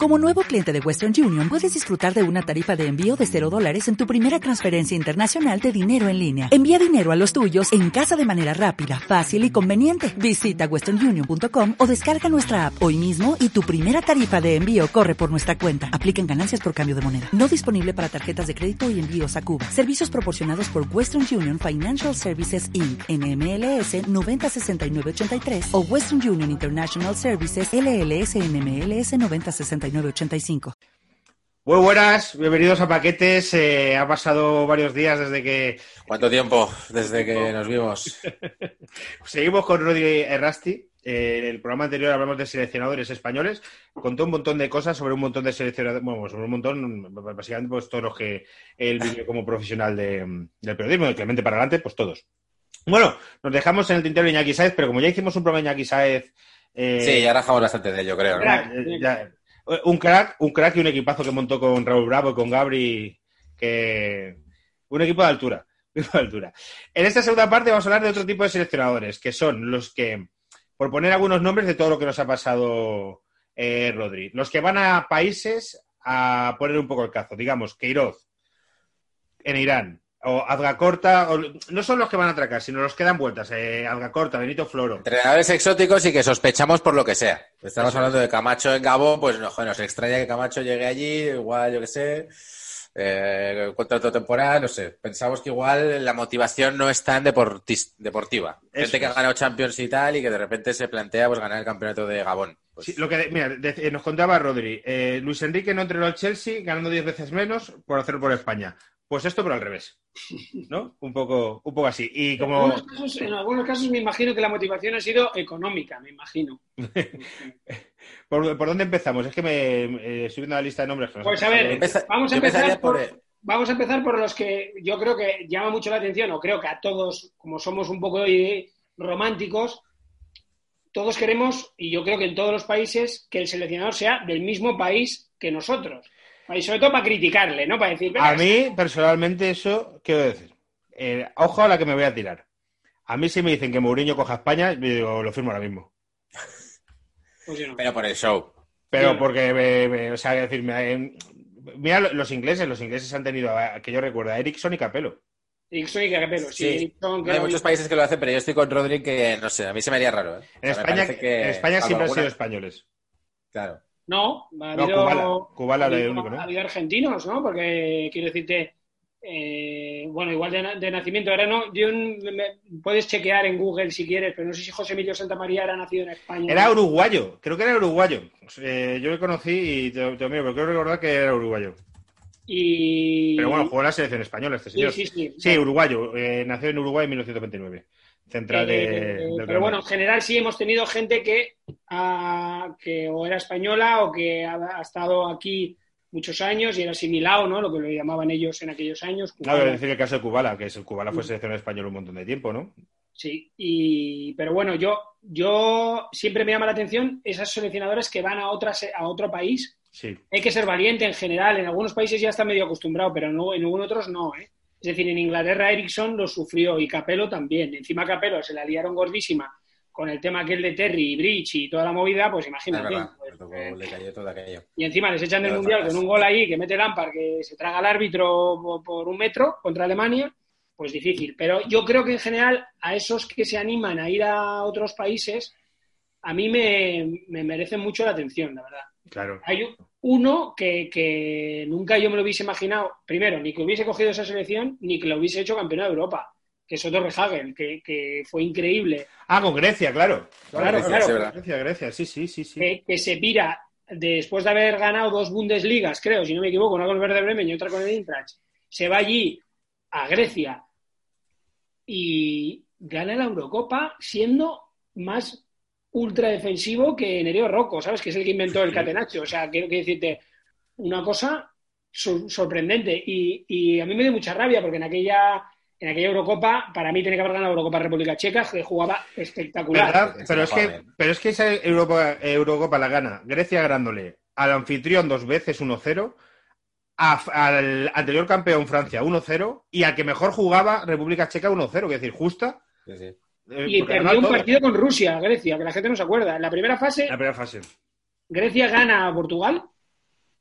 Como nuevo cliente de Western Union, puedes disfrutar de una tarifa de envío de $0 en tu primera transferencia internacional de dinero en línea. Envía dinero a los tuyos en casa de manera rápida, fácil y conveniente. Visita westernunion.com o descarga nuestra app hoy mismo y tu primera tarifa de envío corre por nuestra cuenta. Aplican ganancias por cambio de moneda. No disponible para tarjetas de crédito y envíos a Cuba. Servicios proporcionados por Western Union Financial Services Inc. NMLS 906983 o Western Union International Services LLS NMLS 906985. Muy buenas, bienvenidos a Paquetes. Ha pasado varios días desde que... ¿Cuánto tiempo desde que nos vimos? Seguimos con Rodri Errasti. En el programa anterior hablamos de seleccionadores españoles. Contó un montón de cosas sobre un montón de seleccionadores. Bueno, sobre un montón, básicamente pues todos los que él vivió como profesional del periodismo, de Clemente para adelante, pues todos. Bueno, nos dejamos en el tintero de Iñaki Sáez, pero como ya hicimos un programa de Iñaki Sáez... sí, ya rajamos bastante de ello, creo, ¿no? Un crack y un equipazo que montó con Raúl Bravo y con Gabri, que un equipo de altura. En esta segunda parte vamos a hablar de otro tipo de seleccionadores, que son los que, por poner algunos nombres de todo lo que nos ha pasado Rodri, los que van a países a poner un poco el cazo, digamos, Queiroz en Irán, o Azgacorta, no son los que van a atracar, sino los que dan vueltas, Azgacorta, Benito Floro. Entrenadores exóticos y que sospechamos por lo que sea. Estamos hablando de Camacho en Gabón, pues no, joder, nos extraña que Camacho llegue allí, igual, yo qué sé, contrato temporal, no sé. Pensamos que igual la motivación no es tan deportiva. Gente que ha ganado Champions y tal, y que de repente se plantea pues ganar el campeonato de Gabón. Pues... Sí, mira, nos contaba Rodri, Luis Enrique no entrenó al Chelsea ganando 10 veces menos por hacerlo por España. Pues esto, pero al revés, ¿no? Un poco así. Y como... En algunos casos me imagino que la motivación ha sido económica, me imagino. ¿Por dónde empezamos? Es que me estoy viendo la lista de nombres. Pues a ver, vamos a empezar por los que yo creo que llama mucho la atención, o creo que a todos, como somos un poco románticos, todos queremos, y yo creo que en todos los países, que el seleccionador sea del mismo país que nosotros. Y sobre todo para criticarle, ¿no? Para decir... A mí, personalmente, eso quiero decir. Ojo a la que me voy a tirar. A mí si me dicen que Mourinho coja a España, yo digo, lo firmo ahora mismo. Pues yo no. Pero por el show. Pero porque, o sea, decirme... mira, los ingleses han tenido, que yo recuerdo, a Eriksson y Capello. Eriksson y Capello, sí. Eriksson, hay muchos países que lo hacen, pero yo estoy con Rodri que, no sé, a mí se me haría raro, ¿eh? En España siempre han sido españoles. Claro. No, ha habido, Kubala el único, ¿no? Ha habido argentinos, ¿no? Porque quiero decirte, bueno, igual de nacimiento. Ahora no, puedes chequear en Google si quieres, pero no sé si José Emilio Santamaría era nacido en España. Era uruguayo, creo que era uruguayo. Yo lo conocí y te miro, pero creo recordar que era uruguayo. Pero bueno, jugó en la selección española este señor. Sí, uruguayo. Nació en Uruguay en 1929. Central del pero bueno, en general sí hemos tenido gente que o era española o que ha estado aquí muchos años y era asimilado, ¿no? Lo que lo llamaban ellos en aquellos años. Claro, voy a decir el caso de Kubala, que Kubala fue seleccionado español un montón de tiempo, ¿no? Sí, pero bueno, yo siempre me llama la atención esas seleccionadoras que van a otro país. Sí. Hay que ser valiente en general. En algunos países ya está medio acostumbrado, pero no, en algunos otros no, ¿eh? Es decir, en Inglaterra Eriksson lo sufrió y Capello también. Encima Capello se la liaron gordísima con el tema aquel de Terry y Bridge y toda la movida, pues imagínate. Le cayó todo aquello. Y encima les echan del Mundial con un gol ahí que mete Lampard, que se traga al árbitro por 1 metro contra Alemania, pues difícil. Pero yo creo que en general a esos que se animan a ir a otros países, a mí me merecen mucho la atención, la verdad. Claro. Hay uno que nunca yo me lo hubiese imaginado, primero, ni que hubiese cogido esa selección, ni que lo hubiese hecho campeón de Europa, que es Otto Rehhagel, que fue increíble. Con Grecia, claro. Claro. Grecia, sí. Que se pira después de haber ganado 2 Bundesligas, creo, si no me equivoco, una con el Werder Bremen y otra con el Eintracht. Se va allí a Grecia y gana la Eurocopa siendo más ultra defensivo que Nereo Rocco, ¿sabes? Que es el que inventó el catenaccio. O sea, quiero decirte una cosa sorprendente. Y a mí me dio mucha rabia porque en aquella Eurocopa, para mí tiene que haber ganado la Eurocopa República Checa, que jugaba espectacular. ¿Verdad? Pero es que esa Eurocopa la gana Grecia ganándole al anfitrión 2 veces 1-0, al anterior campeón Francia 1-0 y al que mejor jugaba República Checa 1-0, que es decir, justa. Sí. Y perdió un partido con Rusia, Grecia, que la gente no se acuerda. En la primera fase. La primera fase. Grecia gana a Portugal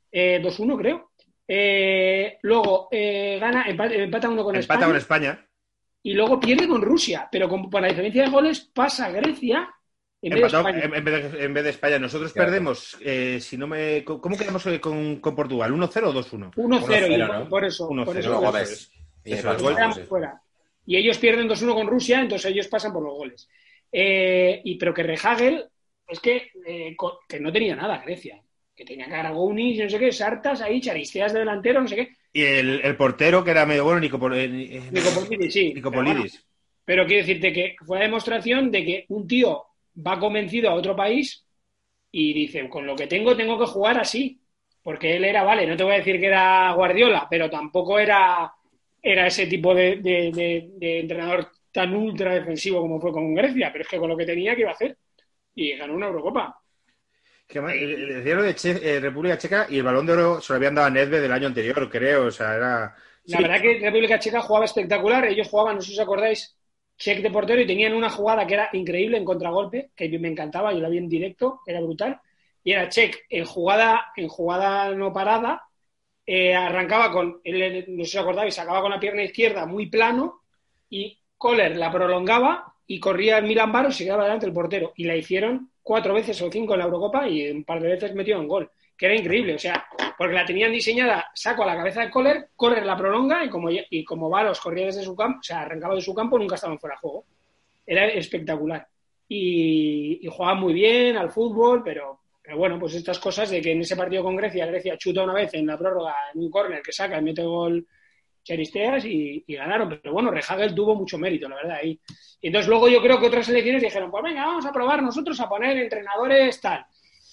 2-1 creo. Luego empata 1 con Empata España. con España. Y luego pierde con Rusia, pero por la diferencia de goles pasa a Grecia en vez de Empatado España. en vez de España. Nosotros Claro. perdemos, ¿cómo quedamos con Portugal? ¿1-0 o 2-1? 1-0, 1-0, y ¿no? por eso. 1-0. Por eso Luego Eso ves. es. Y Eso el es. gol, quedamos sí. fuera. Y ellos pierden 2-1 con Rusia, entonces ellos pasan por los goles. Pero que Rehagel es que no tenía nada Grecia. Que tenía Karagounis, no sé qué, Sartas ahí, Charisteas de delantero, no sé qué. Y el portero, que era medio bueno, Nicopolidis, sí. Nicopolidis. Pero quiero decirte que fue la demostración de que un tío va convencido a otro país y dice, con lo que tengo que jugar así. Porque él era, vale, no te voy a decir que era Guardiola, pero tampoco era ese tipo de entrenador tan ultra defensivo como fue con Grecia. Pero es que con lo que tenía, ¿qué iba a hacer? Y ganó una Eurocopa. Decía lo de República Checa, y el Balón de Oro se lo habían dado a Nedved del año anterior, creo. O sea, era... La Sí. verdad que República Checa jugaba espectacular. Ellos jugaban, no sé si os acordáis, check de portero y tenían una jugada que era increíble en contragolpe, que me encantaba, yo la vi en directo, era brutal. Y era check en jugada no parada, arrancaba con, no sé si os acordáis, sacaba con la pierna izquierda muy plano y Kohler la prolongaba y corría el Milan Baros y se quedaba delante el portero. Y la hicieron 4 veces o 5 en la Eurocopa y un par de veces metieron gol, que era increíble, o sea, porque la tenían diseñada, saco a la cabeza de Kohler la prolonga y como Baros corría desde su campo, o sea, arrancaba de su campo, nunca estaban fuera de juego. Era espectacular. Y jugaban muy bien al fútbol, pero bueno, pues estas cosas de que en ese partido con Grecia chuta una vez en la prórroga en un córner que saca y mete gol Charisteas y ganaron. Pero bueno, Rehagel tuvo mucho mérito, la verdad, ahí. Y entonces luego yo creo que otras selecciones dijeron, pues venga, vamos a probar nosotros a poner entrenadores tal.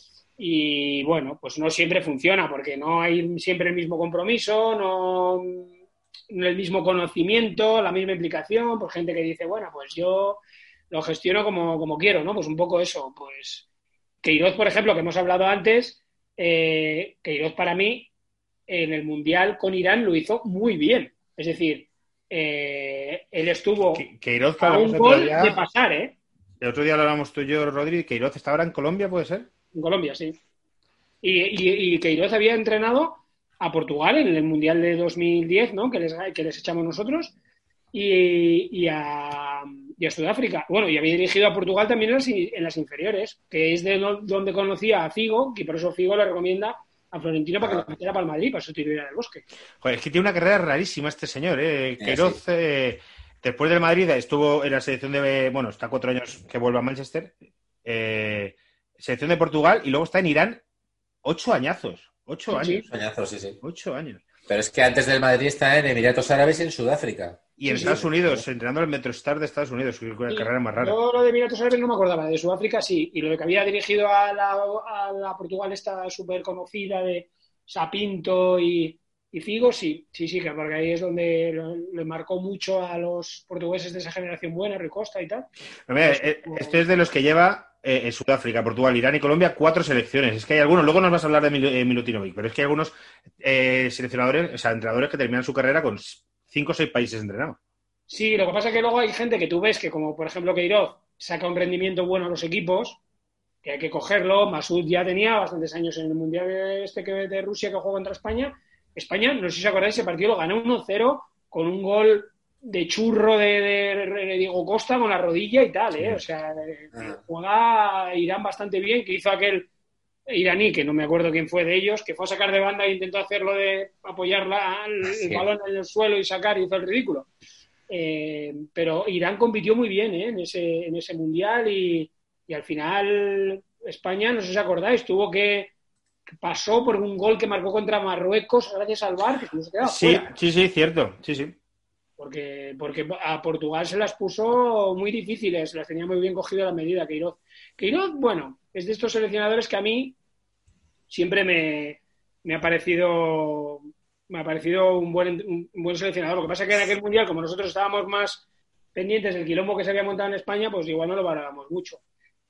Y bueno, pues no siempre funciona porque no hay siempre el mismo compromiso, no el mismo conocimiento, la misma implicación, por gente que dice, bueno, pues yo lo gestiono como quiero, ¿no? Pues un poco eso, pues Queiroz, por ejemplo, que hemos hablado antes, Queiroz para mí en el Mundial con Irán lo hizo muy bien. Es decir, él estuvo Queiroz, a un gol de pasar, ¿eh? El otro día lo hablamos tú y yo, Rodri. Queiroz está ahora en Colombia, ¿puede ser? En Colombia, sí. Y Queiroz había entrenado a Portugal en el Mundial de 2010, ¿no? Que les echamos nosotros, y a Sudáfrica. Bueno, y había dirigido a Portugal también en las inferiores, que es de donde conocía a Figo, y por eso Figo le recomienda a Florentino para que lo metiera para el Madrid, para sustituir al Bosque. Joder, es que tiene una carrera rarísima este señor, ¿eh? Queiroz, sí. Después del Madrid, estuvo en la selección de... Bueno, está 4 años que vuelve a Manchester. Selección de Portugal, y luego está en Irán 8 añazos. 8 años. 8 añazos, sí. 8 años. Pero es que antes del Madrid está en Emiratos Árabes y en Sudáfrica. Y en Estados Unidos, entrenando el Metrostar de Estados Unidos, que una carrera más rara. Yo lo de Emiratos Árabes no me acordaba, de Sudáfrica sí, y lo de que había dirigido a la Portugal esta súper conocida de Sapinto y Figo, sí, que porque ahí es donde le marcó mucho a los portugueses de esa generación buena, Rui Costa y tal. Mira, este es de los que lleva en Sudáfrica, Portugal, Irán y Colombia 4 selecciones. Es que hay algunos, luego nos vas a hablar de Milutinovic, pero es que hay algunos seleccionadores, o sea, entrenadores que terminan su carrera con 5 o 6 países entrenados. Sí, lo que pasa es que luego hay gente que tú ves que, como por ejemplo Queiroz, saca un rendimiento bueno a los equipos, que hay que cogerlo. Masud ya tenía bastantes años en el Mundial de Rusia que jugó contra España. España, no sé si os acordáis, ese partido lo ganó 1-0 con un gol de churro de Diego Costa con la rodilla y tal, ¿eh? Sí. O sea, juega Irán bastante bien, que hizo aquel iraní, que no me acuerdo quién fue de ellos, que fue a sacar de banda e intentó hacerlo de apoyar el balón en el suelo y sacar y hizo el ridículo. Pero Irán compitió muy bien en ese Mundial y al final España, no sé si os acordáis, pasó por un gol que marcó contra Marruecos gracias al VAR, que no se quedaba fuera. Sí, cierto, sí. Porque a Portugal se las puso muy difíciles, las tenía muy bien cogido a la medida Queiroz, bueno, es de estos seleccionadores que a mí siempre me ha parecido un buen seleccionador. Lo que pasa es que en aquel Mundial, como nosotros estábamos más pendientes del quilombo que se había montado en España, pues igual no lo valorábamos mucho,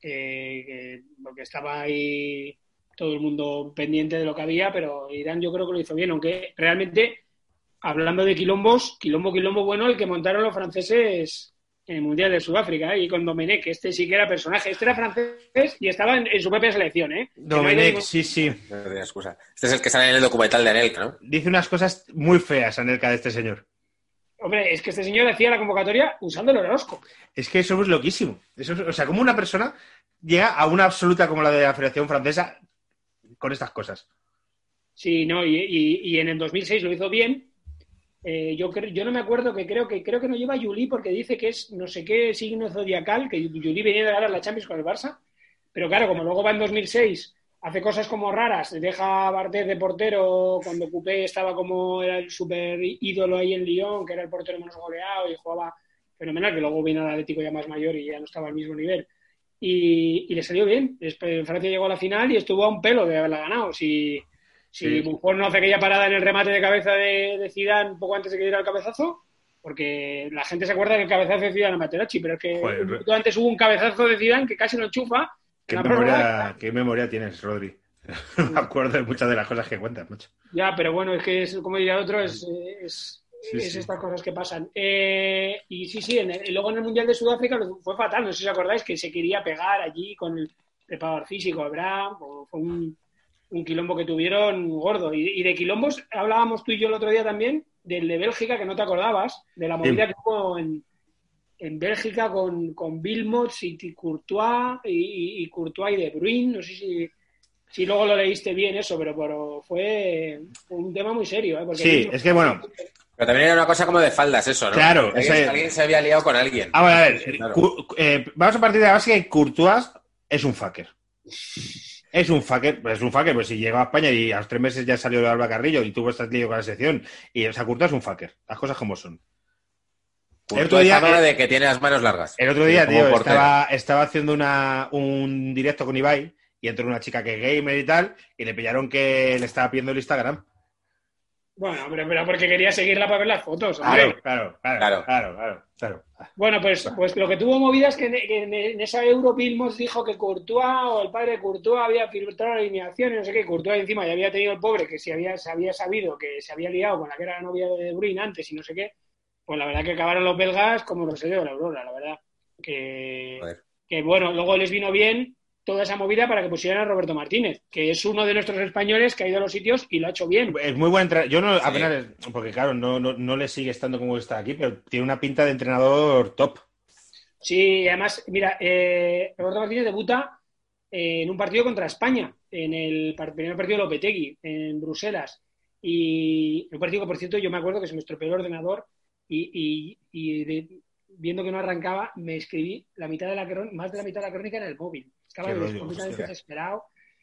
porque estaba ahí todo el mundo pendiente de lo que había, pero Irán yo creo que lo hizo bien, aunque realmente, hablando de quilombo bueno, el que montaron los franceses en el Mundial de Sudáfrica, y con Domenech, que este sí que era personaje. Este era francés y estaba en su propia selección, ¿eh? Domenech, sí. No tenía excusa. Este es el que sale en el documental de Anelka, ¿no? Dice unas cosas muy feas, Anelka, de este señor. Hombre, es que este señor hacía la convocatoria usando el horóscopo. Es que eso es loquísimo. O sea, como una persona llega a una absoluta como la de la Federación Francesa con estas cosas. Sí, no, y en el 2006 lo hizo bien. Yo no me acuerdo, creo que no lleva Juli porque dice que es no sé qué signo zodiacal, que Juli venía de ganar la Champions con el Barça, pero claro, como luego va en 2006, hace cosas como raras, deja a Bardet de portero cuando Coupé estaba como era el super ídolo ahí en Lyon, que era el portero menos goleado y jugaba fenomenal, que luego vino al Atlético ya más mayor y ya no estaba al mismo nivel. Y le salió bien. Francia llegó a la final y estuvo a un pelo de haberla ganado. Si Buffon no hace aquella parada en el remate de cabeza de Zidane poco antes de que diera el cabezazo, porque la gente se acuerda del cabezazo de Zidane a Materazzi, pero es que un minuto antes hubo un cabezazo de Zidane que casi lo enchufa. ¿Qué memoria tienes, Rodri? No me acuerdo de muchas de las cosas que cuentas, macho. Ya, pero bueno, es que como diría otro, es estas cosas que pasan. Y luego en el Mundial de Sudáfrica fue fatal, no sé si os acordáis, que se quería pegar allí con el preparador físico, ¿verdad? Fue un quilombo que tuvieron gordo. Y de quilombos hablábamos tú y yo el otro día también, del de Bélgica, que no te acordabas, de la movida que hubo en Bélgica con Wilmots y Courtois y Courtois y De Bruyne. No sé si luego lo leíste bien eso, pero fue un tema muy serio. Porque sí, es que bueno... Pero también era una cosa como de faldas eso, ¿no? Claro. Alguien se había liado con alguien. A ver, claro. Vamos a partir de la base que Courtois es un fucker. Es un fucker, pues si llegó a España y a los 3 meses ya salió de Alba Carrillo y tuvo este lío con la sección. Y o sea, Courtois es un fucker, las cosas como son. El otro día de que tiene las manos largas. El otro día, tío, estaba haciendo un directo con Ibai y entró una chica que es gamer y tal, y le pillaron que le estaba pidiendo el Instagram. Bueno, pero porque quería seguirla para ver las fotos. Claro. Bueno, pues lo que tuvo movida es que en esa Euro Pilmos dijo que Courtois o el padre de Courtois había filtrado la alineación y no sé qué. Courtois encima ya había tenido el pobre que se había sabido que se había liado con la que era la novia de Bruyne antes y no sé qué. Pues la verdad que acabaron los belgas como Rosselló de la Aurora, la verdad. Que bueno, luego les vino bien toda esa movida para que pusieran a Roberto Martínez, que es uno de nuestros españoles que ha ido a los sitios y lo ha hecho bien. Es muy buen entrenador. Yo no apenas, porque claro, no le sigue estando como está aquí, pero tiene una pinta de entrenador top. Sí, además, mira, Roberto Martínez debuta en un partido contra España, en el primer partido de Lopetegui, en Bruselas. Y un partido que, por cierto, yo me acuerdo que se me estropeó el ordenador y viendo que no arrancaba, me escribí más de la mitad de la crónica en el móvil. Estaba completamente desesperado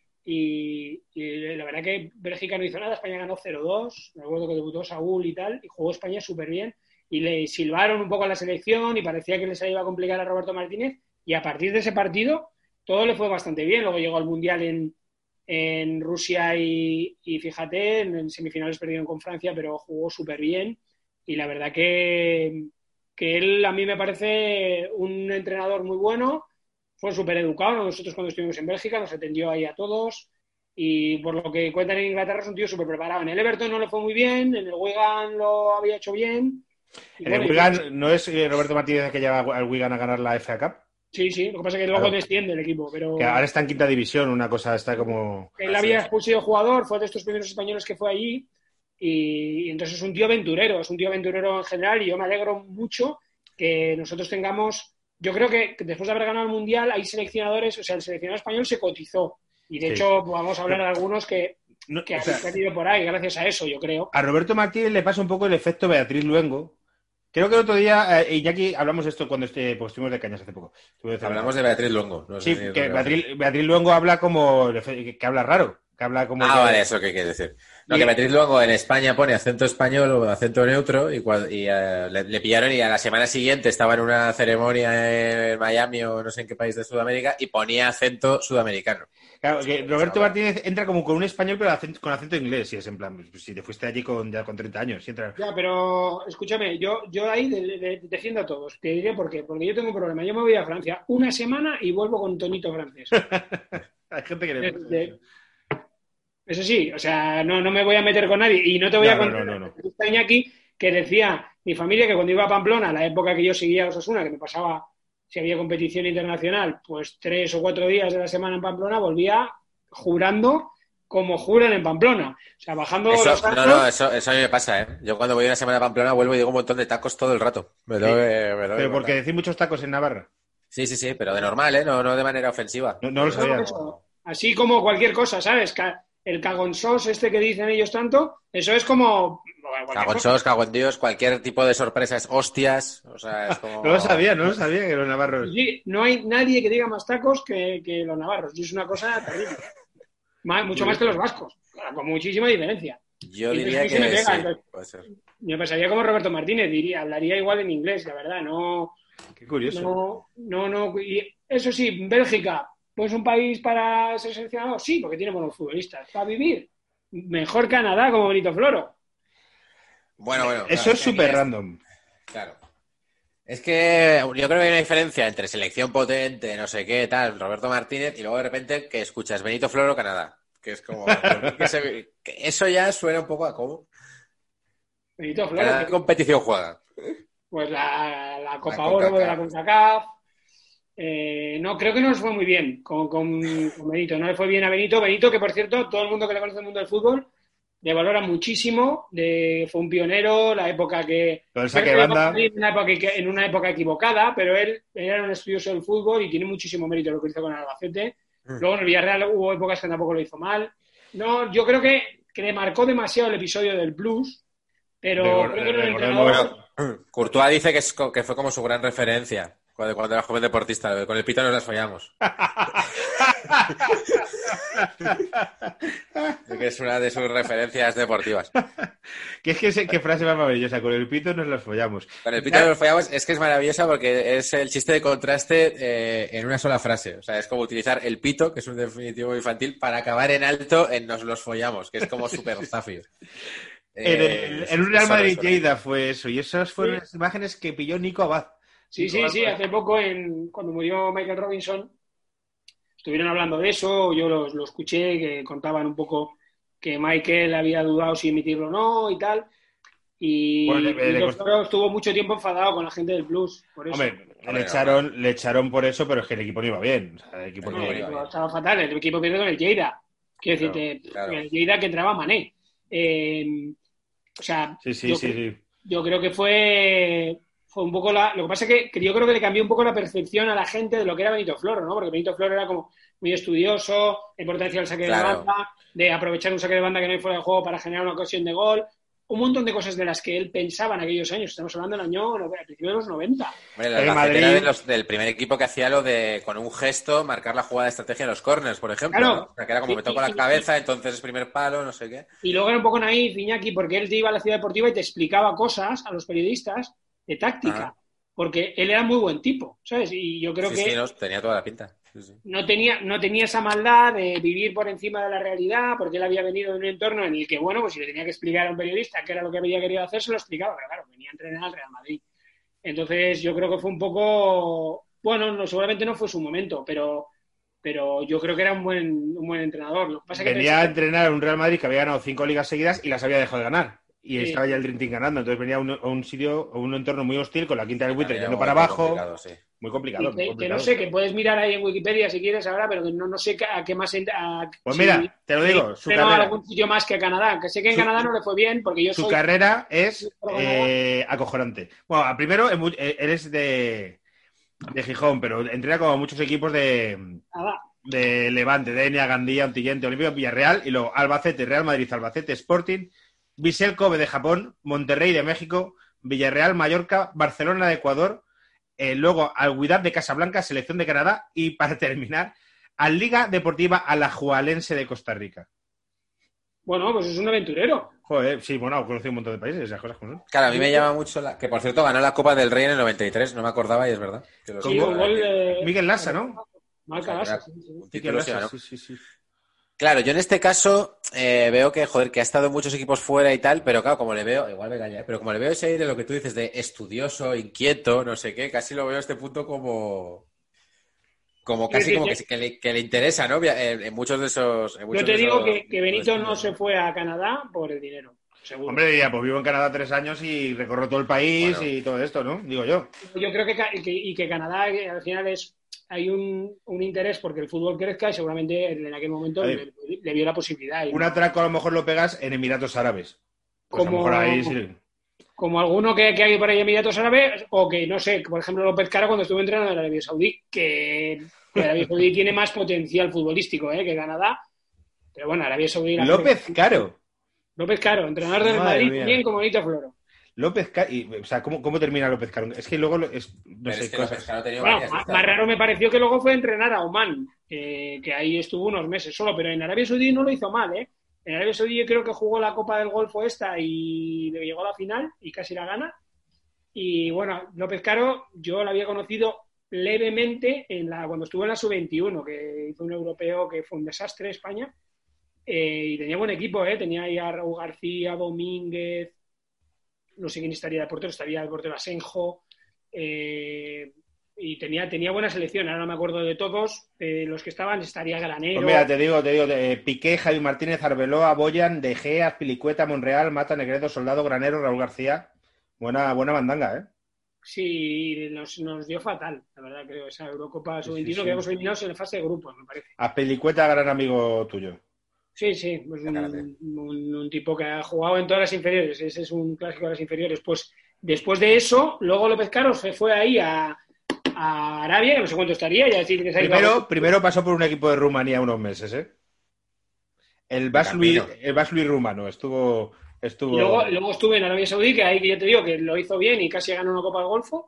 y la verdad que Bélgica no hizo nada, España ganó 0-2, me acuerdo que debutó Saúl y tal, y jugó España súper bien, y le silbaron un poco a la selección y parecía que les iba a complicar a Roberto Martínez, y a partir de ese partido todo le fue bastante bien. Luego llegó al Mundial en Rusia y fíjate, en semifinales perdieron con Francia, pero jugó súper bien, y la verdad que él a mí me parece un entrenador muy bueno. Fue súper educado. Nosotros cuando estuvimos en Bélgica nos atendió ahí a todos y por lo que cuentan en Inglaterra es un tío súper preparado. En el Everton no le fue muy bien, en el Wigan lo había hecho bien. ¿En el Wigan no es Roberto Martínez el que lleva al Wigan a ganar la FA Cup? Sí, lo que pasa es que luego desciende el equipo. Pero que ahora está en quinta división, una cosa está como... Él había expulsado jugador, fue de estos primeros españoles que fue allí y entonces es un tío aventurero en general y yo me alegro mucho que nosotros tengamos... Yo creo que después de haber ganado el Mundial hay seleccionadores, o sea, el seleccionador español se cotizó. Y de hecho, vamos a hablar de algunos que han ido por ahí, gracias a eso, yo creo. A Roberto Martínez le pasa un poco el efecto Beatriz Luengo. Creo que el otro día, Iñaki, hablamos de esto cuando estuvimos de Cañas hace poco. Hablamos de Beatriz Luengo. No sé que Beatriz Luengo habla como... que habla raro. Que habla como vale, eso que quiere decir. No, que Beatriz luego en España pone acento español o acento neutro y le pillaron y a la semana siguiente estaba en una ceremonia en Miami o no sé en qué país de Sudamérica y ponía acento sudamericano. Claro, que Roberto Martínez entra como con un español pero con acento inglés y es en plan, pues, si te fuiste allí ya con 30 años. Ya, pero escúchame, yo ahí defiendo a todos. Te diré por qué. Porque yo tengo un problema. Yo me voy a Francia una semana y vuelvo con tonito francés. Hay gente que le... Eso sí, o sea, no me voy a meter con nadie y no te voy a contar no. Iñaki que decía mi familia, que cuando iba a Pamplona, la época que yo seguía a Osasuna, que me pasaba, si había competición internacional, pues 3 o 4 días de la semana en Pamplona, volvía jurando como juran en Pamplona. O sea, bajando Eso, los no, altos. eso a mí me pasa, ¿eh? Yo cuando voy una semana a Pamplona vuelvo y digo un montón de tacos todo el rato. Me lo Pero porque decís muchos tacos en Navarra. Sí, pero de normal, ¿eh? No de manera ofensiva. No lo sabía. Eso. Así como cualquier cosa, ¿sabes? El cagonsos este que dicen ellos tanto, eso es como... Cago en sos, cago en Dios, cualquier tipo de sorpresa es hostias. O sea, es como... No lo sabía que los navarros... Sí, no hay nadie que diga más tacos que los navarros. Y es una cosa terrible. Mucho más que los vascos, con muchísima diferencia. Yo diría que sí, puede ser. Me pasaría como Roberto Martínez, hablaría igual en inglés, la verdad, no... Qué curioso. No. Y eso sí, Bélgica, pues un país para ser seleccionado, sí, porque tiene buenos futbolistas. Para vivir, mejor Canadá como Benito Floro. Bueno. Eso es súper random. Claro. Es que yo creo que hay una diferencia entre selección potente, no sé qué, tal, Roberto Martínez, y luego de repente que escuchas Benito Floro, Canadá. Que es como... que eso ya suena un poco a cómo. Benito Floro. ¿Qué competición juega? Pues la Copa Oro de la CONCACAF. No, creo que no nos fue muy bien con Benito. No le fue bien a Benito. Benito, que por cierto, todo el mundo que le conoce el mundo del fútbol le valora muchísimo. Fue un pionero, la época que... Todo el saque de banda. En una época equivocada, pero él era un estudioso del fútbol y tiene muchísimo mérito lo que hizo con el Albacete. Luego en el Villarreal hubo épocas que tampoco lo hizo mal. No, yo creo que le marcó demasiado el episodio del blues, pero creo que no el entrenador... Courtois dice que fue como su gran referencia cuando era joven deportista. Con el pito nos las follamos. Que es una de sus referencias deportivas. ¿Qué frase más maravillosa? Con el pito nos las follamos. Con el pito nos las follamos es que es maravillosa porque es el chiste de contraste en una sola frase. O sea, es como utilizar el pito, que es un definitivo infantil, para acabar en alto en nos los follamos, que es como súper zafio. En un Real Madrid-Lleida fue eso, y esas fueron las imágenes que pilló Nico Abad. Sí, hace poco, cuando murió Michael Robinson, estuvieron hablando de eso, yo lo escuché, que contaban un poco que Michael había dudado si emitirlo o no y tal, y estuvo mucho tiempo enfadado con la gente del Plus, por eso. Hombre, le echaron por eso, pero es que el equipo no iba bien. O sea, el equipo estaba fatal, el equipo pierde con el Lleida. Quiero decirte, el Lleida que entraba Mané. O sea, yo creo que fue un poco lo que pasa es que yo creo que le cambió un poco la percepción a la gente de lo que era Benito Floro, ¿no? Porque Benito Floro era como muy estudioso, la importancia del saque de banda, de aprovechar un saque de banda que no hay fuera de juego para generar una ocasión de gol, un montón de cosas de las que él pensaba en aquellos años. Estamos hablando del al principio de los 90. Bueno, el Albacete era del primer equipo que hacía lo de, con un gesto, marcar la jugada de estrategia en los corners, por ejemplo. Claro. ¿No? O sea, que era como me toco la cabeza, entonces es primer palo, no sé qué. Y luego era un poco naif, Iñaki, porque él te iba a la ciudad deportiva y te explicaba cosas a los periodistas de táctica. Porque él era muy buen tipo, ¿sabes? Y yo creo que... Sí, tenía toda la pinta. Sí. No tenía esa maldad de vivir por encima de la realidad, porque él había venido de un entorno en el que, bueno, pues si le tenía que explicar a un periodista qué era lo que había querido hacer, se lo explicaba, pero claro, venía a entrenar al Real Madrid. Entonces yo creo que fue un poco... Bueno, seguramente no fue su momento, pero yo creo que era un buen entrenador. Lo que pasa venía a entrenar a un Real Madrid que había ganado 5 ligas seguidas y las había dejado de ganar. Y estaba ya el Dream Team ganando, entonces venía a un sitio, un entorno muy hostil con la quinta del buitre yendo para abajo. Muy complicado. Que no sé, que puedes mirar ahí en Wikipedia si quieres ahora, pero que no sé a qué más... Pues mira, te lo digo, su carrera... algún sitio más que a Canadá, que sé que en Canadá no le fue bien, porque su carrera es acojonante. Bueno, primero, eres de Gijón, pero entrena como muchos equipos de Levante, Denia, Gandía, Ontillente, Olimpia, Villarreal, y luego Albacete, Real Madrid, Albacete, Sporting, Vissel Kobe de Japón, Monterrey de México, Villarreal, Mallorca, Barcelona de Ecuador, luego al Wydad de Casablanca, Selección de Canadá y, para terminar, al Liga Deportiva Alajuelense de Costa Rica. Bueno, pues es un aventurero. Joder, sí, bueno, conocí un montón de países, esas cosas como son. Claro, a mí me llama mucho que por cierto ganó la Copa del Rey en el 93, no me acordaba y es verdad. Miguel Lassa, ¿no? Marca Lassa, sí. Claro, yo en este caso veo que, que ha estado en muchos equipos fuera y tal, pero claro, como le veo, igual me engañé, pero como le veo ese aire, lo que tú dices de estudioso, inquieto, no sé qué, casi lo veo a este punto como casi como que le interesa, ¿no? En muchos de esos... Yo te digo que Benito no se fue a Canadá por el dinero. seguro. Hombre, ya, pues vivo en Canadá 3 años y recorro todo el país y todo esto, ¿no? Digo yo. Yo creo que Canadá al final hay un interés porque el fútbol crezca y seguramente en aquel momento le vio la posibilidad. Un atraco a lo mejor lo pegas en Emiratos Árabes. Pues a lo mejor ahí sí. Como alguno que hay por ahí en Emiratos Árabes, o que, no sé, por ejemplo, López Caro cuando estuvo entrenando en Arabia Saudí, que Arabia Saudí tiene más potencial futbolístico que Canadá. Pero bueno, Arabia Saudí... López Caro, entrenador del Madrid, bien como Nito Floro. López Caro, o sea, ¿cómo termina López Caro? Es que luego no sé, López Caro ha tenido bueno, varias. más raro me pareció que luego fue a entrenar a Oman, que ahí estuvo unos meses solo, pero en Arabia Saudí no lo hizo mal, ¿eh? En Arabia Saudí yo creo que jugó la Copa del Golfo y llegó a la final y casi la gana. Y bueno, López Caro yo la había conocido levemente cuando estuvo en la Sub-21, que hizo un europeo que fue un desastre España. Y tenía buen equipo, tenía ahí a Raúl García, Domínguez, no sé quién estaría de portero, estaría el portero Asenjo, y tenía buena selección, ahora no me acuerdo de todos, los que estaban estaría Granero. Pues mira, te digo, Piqué, Javi Martínez, Arbeloa, Boyan, De Gea, Pilicueta, Monreal, Mata, Negredo, Soldado, Granero, Raúl García. Buena mandanga, ¿eh? Sí, nos dio fatal, la verdad, creo, esa Eurocopa Sub-21, que hemos eliminados en la fase de grupos, me parece. A Pilicueta, gran amigo tuyo. Sí, pues un tipo que ha jugado en todas las inferiores, ese es un clásico de las inferiores. Pues después de eso, luego López Caro se fue ahí a Arabia, que no sé cuánto estaría, ya decir que se ha ido primero pasó por un equipo de Rumanía unos meses, ¿eh? El Vaslui rumano estuvo... Y luego estuve en Arabia Saudí, que ahí que ya te digo que lo hizo bien y casi ganó una Copa del Golfo.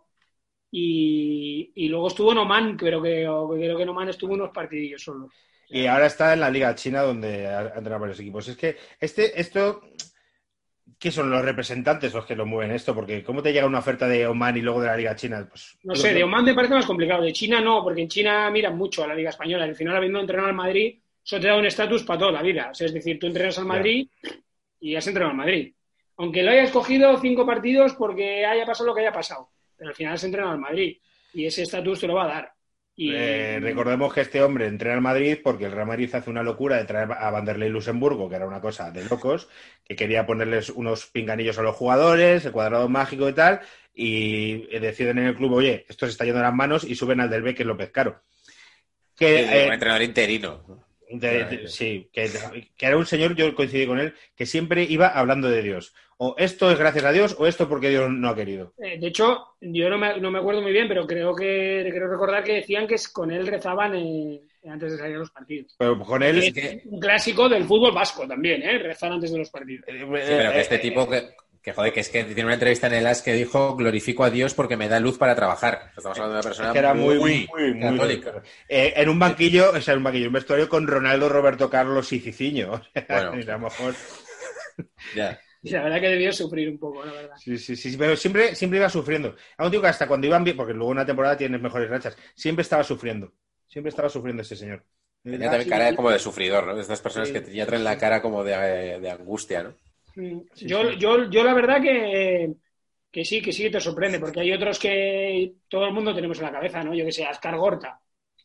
Y luego estuvo en Oman, creo que en Oman estuvo unos partidillos solo. Y ahora está en la Liga China, donde ha entrenado varios equipos. Es que esto, ¿qué son los representantes los que lo mueven esto? Porque ¿cómo te llega una oferta de Oman y luego de la Liga China? Pues, no sé, de Oman me parece más complicado. De China no, porque en China miran mucho a la Liga Española. Al final, habiendo entrenado al Madrid, eso te da un estatus para toda la vida. O sea, es decir, tú entrenas al Madrid y has entrenado al Madrid. Aunque lo hayas cogido 5 partidos porque haya pasado lo que haya pasado. Pero al final has entrenado al Madrid. Y ese estatus te lo va a dar. Recordemos que este hombre entrena al Madrid porque el Real Madrid hace una locura de traer a Vanderlei Luxemburgo, que era una cosa de locos, que quería ponerles unos pinganillos a los jugadores, el cuadrado mágico y tal, y deciden en el club, oye, esto se está yendo de las manos, y suben al del B, que es López Caro. Un entrenador interino. Sí, que era un señor, yo coincidí con él, que siempre iba hablando de Dios. O esto es gracias a Dios, o esto porque Dios no ha querido. De hecho, yo no me acuerdo muy bien, pero creo recordar que decían que con él rezaban antes de salir a los partidos. Pero con él... Es un clásico del fútbol vasco también, rezar antes de los partidos. Sí, pero que este tipo... Que joder, que es que tiene una entrevista en el AS que dijo: glorifico a Dios porque me da luz para trabajar. Estamos hablando de una persona que era muy católica. En un banquillo, un vestuario con Ronaldo, Roberto Carlos y Ciciño. Bueno. A lo mejor... Ya. Y la verdad que debió sufrir un poco, la verdad. Sí, pero siempre iba sufriendo. Aún digo que hasta cuando iban bien, porque luego en una temporada tienes mejores rachas, siempre estaba sufriendo ese señor. Tenía también cara como de sufridor, ¿no? De estas personas que ya traen la cara como de angustia, ¿no? Yo la verdad que sí que te sorprende, porque hay otros que todo el mundo tenemos en la cabeza, ¿no? Yo que sé, Ascar Gorta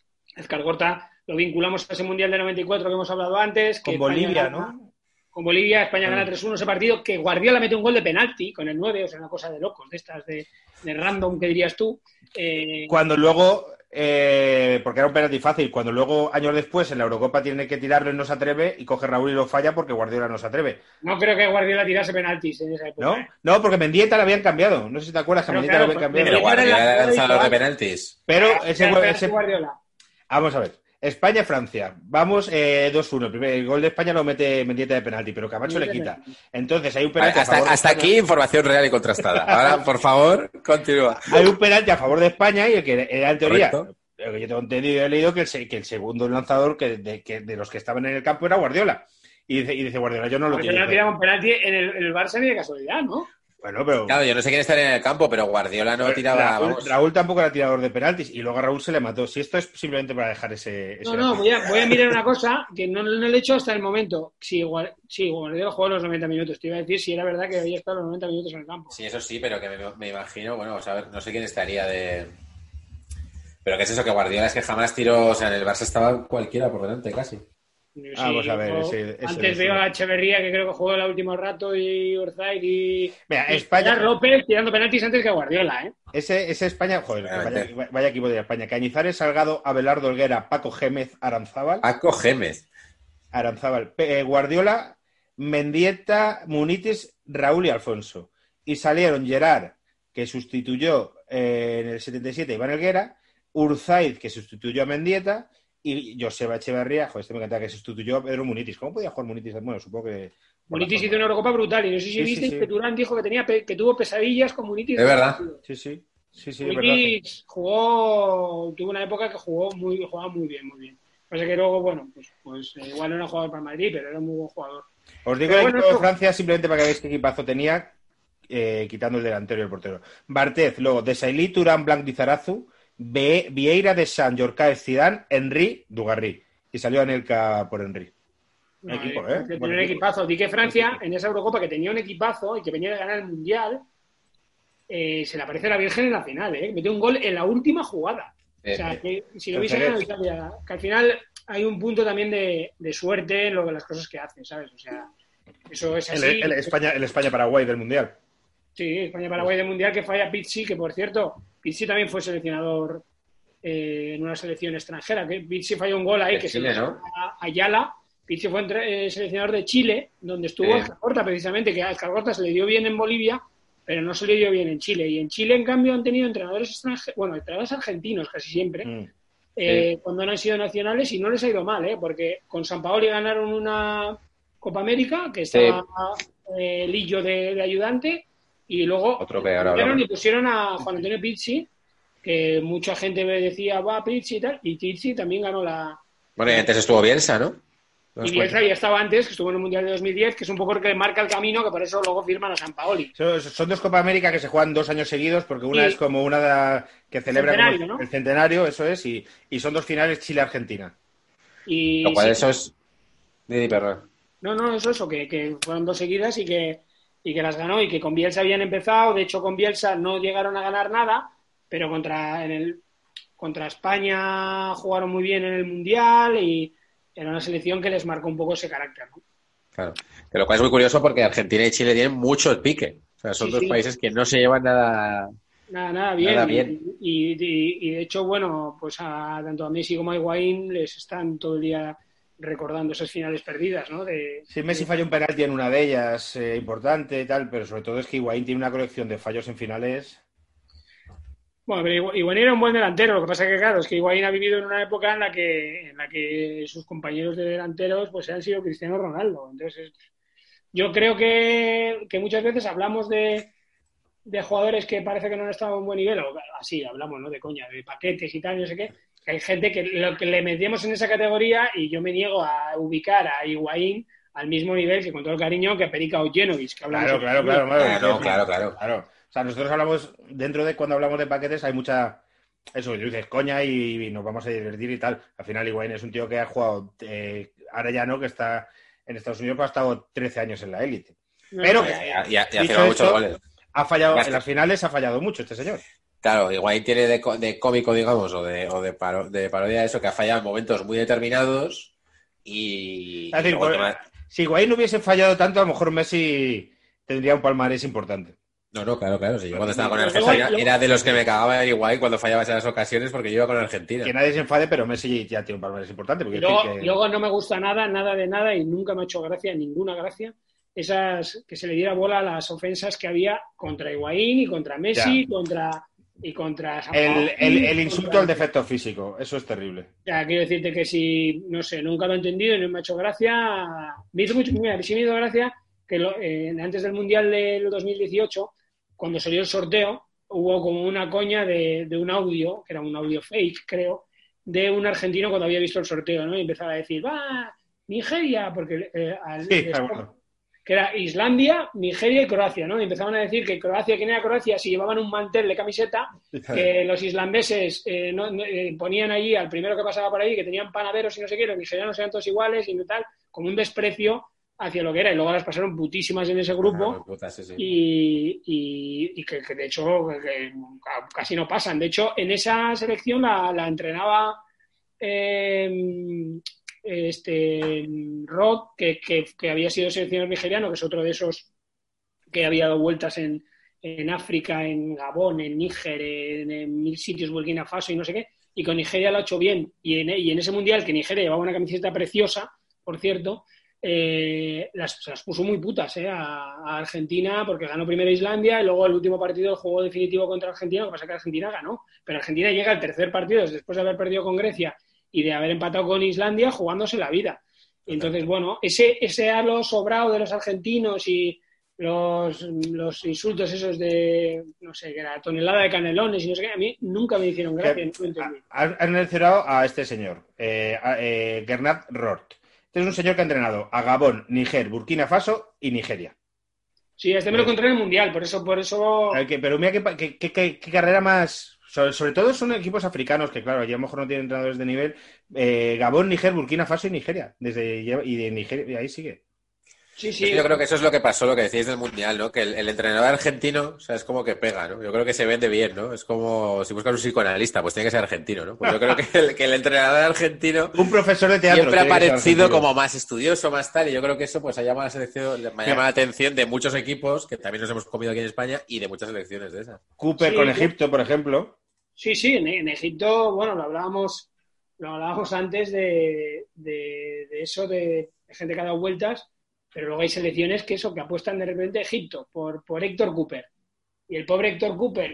lo vinculamos a ese Mundial de 94 que hemos hablado antes. Con Bolivia, ¿no? Con Bolivia, España gana 3-1 ese partido, que Guardiola mete un gol de penalti con el 9, o sea, una cosa de locos, de estas de random que dirías tú. Cuando luego... porque era un penalti fácil, cuando luego años después en la Eurocopa tiene que tirarlo y no se atreve, y coge Raúl y lo falla porque Guardiola no se atreve. No creo que Guardiola tirase penaltis en esa época. No, porque Mendieta la habían cambiado, no sé si te acuerdas que Mendieta la habían cambiado. Pero Guardiola era lanzador de penaltis. Pero ese Guardiola. Vamos a ver, España-Francia, vamos 2-1, el gol de España lo mete Mendieta de penalti, pero Camacho le quita. Entonces hay un penalti hasta aquí información real y contrastada. Ahora, por favor, continúa. Hay un penalti a favor de España y el que era en teoría, lo que yo tengo entendido y he leído, que el segundo lanzador de los que estaban en el campo era Guardiola. Y dice Guardiola, yo no lo quiero. Guardiola tiraba un penalti en el Barça ni de casualidad, ¿no? Bueno, pero... Claro, yo no sé quién estaría en el campo, pero Guardiola no tiraba... Raúl tampoco era tirador de penaltis, y luego a Raúl se le mató. Si esto es simplemente para dejar ese... No, voy a mirar una cosa que no lo he hecho hasta el momento. Sí, Guardiola jugó los 90 minutos. Te iba a decir si era verdad que había estado los 90 minutos en el campo. Sí, eso sí, pero que me imagino... Bueno, vamos a ver, no sé quién estaría de... Pero ¿qué es eso? Que Guardiola es que jamás tiró... O sea, en el Barça estaba cualquiera por delante, casi. Vamos a ver. Antes veo a Echeverría, que creo que jugó el último rato, y Urzaiz y España. López tirando penaltis antes que Guardiola, ¿eh? Ese España, joder, vaya equipo de España. Cañizares, Salgado, Abelardo Helguera, Paco Gémez, Aranzábal. Guardiola, Mendieta, Munitis, Raúl y Alfonso. Y salieron Gerard, que sustituyó en el 77 a Iván Helguera, Urzaiz, que sustituyó a Mendieta, y Joseba Echeverría, joder, me encanta, que sustituyó a Pedro Munitis. ¿Cómo podía jugar Munitis? Bueno, supongo que... Munitis hizo una Eurocopa brutal, y no sé si visteis que Turán dijo que tuvo pesadillas con Munitis. Es verdad. Sí, Munitis tuvo una época que jugaba muy bien. Pasa que luego, bueno, pues igual no era jugador para Madrid, pero era un muy buen jugador. Os digo el equipo de Francia simplemente para que veáis qué equipazo tenía, quitando el delantero y el portero. Barthez, luego Desailly, Turán, Blanc, Lizarazu, Vieira, Deschamps, Yorkaev, Zidane, Henry, Dugarry. Y salió Anelka por Henry. Tenía un equipazo. Di que Francia, en esa Eurocopa, que tenía un equipazo y que venía de ganar el Mundial, se le aparece la Virgen en la final, metió un gol en la última jugada. O sea, que si lo hubiese ganado Italia, que al final hay un punto también de suerte en las cosas que hace, ¿sabes? O sea, eso es así. El España-Paraguay del Mundial. Sí, España-Paraguay del Mundial, que falla Pizzi, que por cierto, Pizzi también fue seleccionador en una selección extranjera, que Pizzi falló un gol ahí, que Chile, se ¿no? a Ayala. Pizzi fue seleccionador de Chile, donde estuvo Alcargota, precisamente, que a Alcargota se le dio bien en Bolivia, pero no se le dio bien en Chile. Y en Chile, en cambio, han tenido entrenadores extranjeros, bueno, entrenadores argentinos casi siempre, cuando no han sido nacionales, y no les ha ido mal, porque con Sampaoli ganaron una Copa América, que estaba Lillo de ayudante, y luego y pusieron a Juan Antonio Pizzi, que mucha gente me decía, va Pizzi y tal, y Pizzi también ganó la... Bueno, y antes estuvo Bielsa, ¿no? Y Bielsa ya estaba antes, que estuvo en el Mundial de 2010, que es un poco el que marca el camino, que por eso luego firman a Sampaoli. Son dos Copa América que se juegan 2 años seguidos, porque una es como una que celebra el centenario, eso es, y son 2 finales Chile-Argentina. Lo cual eso es... Perdón. No, eso, que fueron 2 seguidas y que las ganó, y que con Bielsa habían empezado. De hecho, con Bielsa no llegaron a ganar nada, pero contra España jugaron muy bien en el Mundial, y era una selección que les marcó un poco ese carácter, ¿no? Claro. De lo cual es muy curioso, porque Argentina y Chile tienen mucho el pique. O sea, son dos países que no se llevan nada bien. Y de hecho, bueno, pues tanto a Messi como a Higuaín les están todo el día recordando esas finales perdidas, ¿no? Sí, Messi falló un penalti en una de ellas, importante y tal, pero sobre todo es que Higuaín tiene una colección de fallos en finales. Bueno, pero Higuaín era un buen delantero. Lo que pasa es que, claro, es que Higuaín ha vivido en una época en la que sus compañeros de delanteros pues han sido Cristiano Ronaldo. Entonces, yo creo que muchas veces hablamos de jugadores que parece que no han estado a un buen nivel, o así hablamos, ¿no? De coña, de paquetes y tal, no sé qué. Que hay gente que lo que le metemos en esa categoría, y yo me niego a ubicar a Higuaín al mismo nivel, que con todo el cariño, que a Perica Ojenovic, que hablamos. Claro. O sea, nosotros hablamos, dentro de cuando hablamos de paquetes, hay mucha... Eso, dices coña y nos vamos a divertir y tal. Al final, Higuaín es un tío que ha jugado... ahora ya no, que está en Estados Unidos, pero ha estado 13 años en la élite. Pero... Y ha firmado muchos goles. Ha fallado, en las finales ha fallado mucho este señor. Claro, Higuaín tiene de cómico, digamos, o de parodia eso, que ha fallado en momentos muy determinados y... Es decir, si Higuaín no hubiese fallado tanto, a lo mejor Messi tendría un palmarés importante. No, claro. Si yo cuando estaba con Argentina era de los que me cagaba de Higuaín cuando fallaba esas ocasiones, porque yo iba con Argentina. Que nadie se enfade, pero Messi ya tiene un palmarés importante. Porque luego no me gusta nada de nada, y nunca me ha hecho ninguna gracia, esas que se le diera bola a las ofensas que había contra Higuaín y contra Messi y contra el insulto al defecto físico, eso es terrible. Ya, quiero decirte que si, no sé, nunca lo he entendido y no me ha hecho gracia. Me hizo gracia que antes del Mundial del 2018, cuando salió el sorteo, hubo como una coña de un audio, que era un audio fake, creo, de un argentino cuando había visto el sorteo, ¿no? Y empezaba a decir, ¡va! Nigeria, porque que era Islandia, Nigeria y Croacia, ¿no? Y empezaban a decir que Croacia, ¿quién era Croacia? Si llevaban un mantel de camiseta, que los islandeses ponían allí al primero que pasaba por ahí, que tenían panaderos y no sé qué, los nigerianos eran todos iguales y tal, como un desprecio hacia lo que era. Y luego las pasaron putísimas en ese grupo, y que de hecho que casi no pasan. De hecho, en esa selección la entrenaba Rock, que había sido seleccionador nigeriano, que es otro de esos que había dado vueltas en África, en Gabón, en Níger, en mil sitios, Burkina Faso y no sé qué, y con Nigeria lo ha hecho bien. Y en ese mundial, que Nigeria llevaba una camiseta preciosa, por cierto, las puso muy putas a Argentina, porque ganó primero Islandia y luego el último partido, el juego definitivo contra Argentina, lo que pasa es que Argentina ganó, pero Argentina llega al tercer partido después de haber perdido con Grecia y de haber empatado con Islandia jugándose la vida. Y entonces, bueno, ese halo sobrado de los argentinos y los insultos esos de, no sé, que era tonelada de canelones y no sé qué, a mí nunca me hicieron gracia. Han mencionado a este señor, Gernot Rohr. Este es un señor que ha entrenado a Gabón, Níger, Burkina Faso y Nigeria. Sí, me lo encontré en el Mundial, por eso... Pero mira qué carrera más... Sobre todo son equipos africanos que, claro, allí a lo mejor no tienen entrenadores de nivel. Gabón, Níger, Burkina Faso y Nigeria. Y de Nigeria, y ahí sigue. Sí. Yo creo que eso es lo que pasó, lo que decíais del Mundial, ¿no? Que el entrenador argentino, o sea, es como que pega, ¿no? Yo creo que se vende bien, ¿no? Es como si buscas un psicoanalista, pues tiene que ser argentino, ¿no? Pues yo creo que el entrenador argentino... Un profesor de teatro. Siempre ha parecido como más estudioso, más tal, y yo creo que eso pues ha llamado la atención de muchos equipos que también nos hemos comido aquí en España y de muchas selecciones de esas. Cooper con Egipto, por ejemplo. Sí, en Egipto, bueno, lo hablábamos antes de eso, de gente que ha dado vueltas, pero luego hay selecciones que apuestan de repente a Egipto por Héctor Cooper. Y el pobre Héctor Cooper,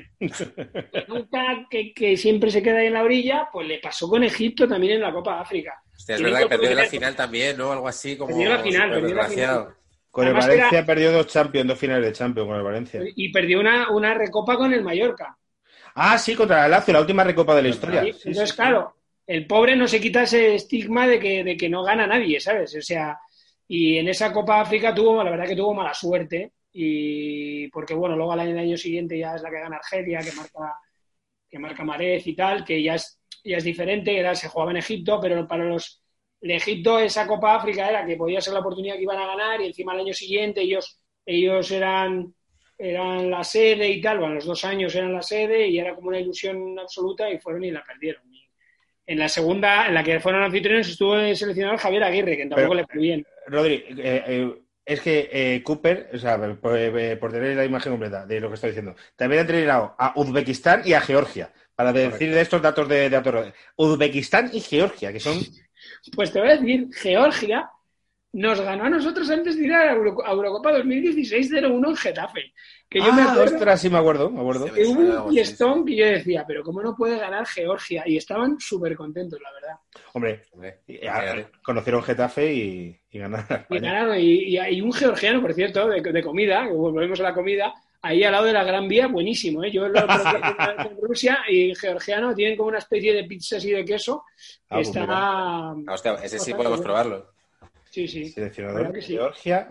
que siempre se queda ahí en la orilla, pues le pasó con Egipto también en la Copa de África. Hostia, es verdad que perdió la final también, ¿no? Algo así como... Perdió la final. Con el Valencia perdió dos finales de Champions con el Valencia. Y perdió una recopa con el Mallorca. Ah, sí, contra el Lazio, la última recopa de la historia. Sí, entonces, claro, el pobre no se quita ese estigma de que no gana nadie, ¿sabes? O sea, y en esa Copa de África la verdad que tuvo mala suerte, y porque, bueno, luego al año siguiente ya es la que gana Argelia, que marca Marez y tal, que ya es diferente, se jugaba en Egipto, pero para los de Egipto esa Copa de África era que podía ser la oportunidad que iban a ganar, y encima al año siguiente ellos eran la sede y tal, bueno, los 2 años eran la sede y era como una ilusión absoluta, y fueron y la perdieron. Y en la segunda, en la que fueron anfitriones, estuvo el seleccionador Javier Aguirre, que tampoco le fue bien. Rodri, es que Cooper, o sea, por tener la imagen completa de lo que estoy diciendo, también ha entrenado a Uzbekistán y a Georgia, para decir de estos datos de datos. Uzbekistán y Georgia, que son... Pues te voy a decir, Georgia nos ganó a nosotros antes de ir a Eurocopa 2016 0-1 en Getafe. Que yo me acuerdo, ostras, sí me acuerdo. Que hubo un fiestón que yo decía, pero ¿cómo no puede ganar Georgia? Y estaban súper contentos, la verdad. Hombre, conocieron Getafe y ganaron a España. Y ganaron, y un georgiano, por cierto, de comida, que volvemos a la comida, ahí al lado de la Gran Vía, buenísimo, ¿eh? Yo lo en Rusia y georgiano tienen como una especie de pizza así de queso. Que está... Hostia, ese sí podemos probarlo. Sí. Seleccionador de Georgia,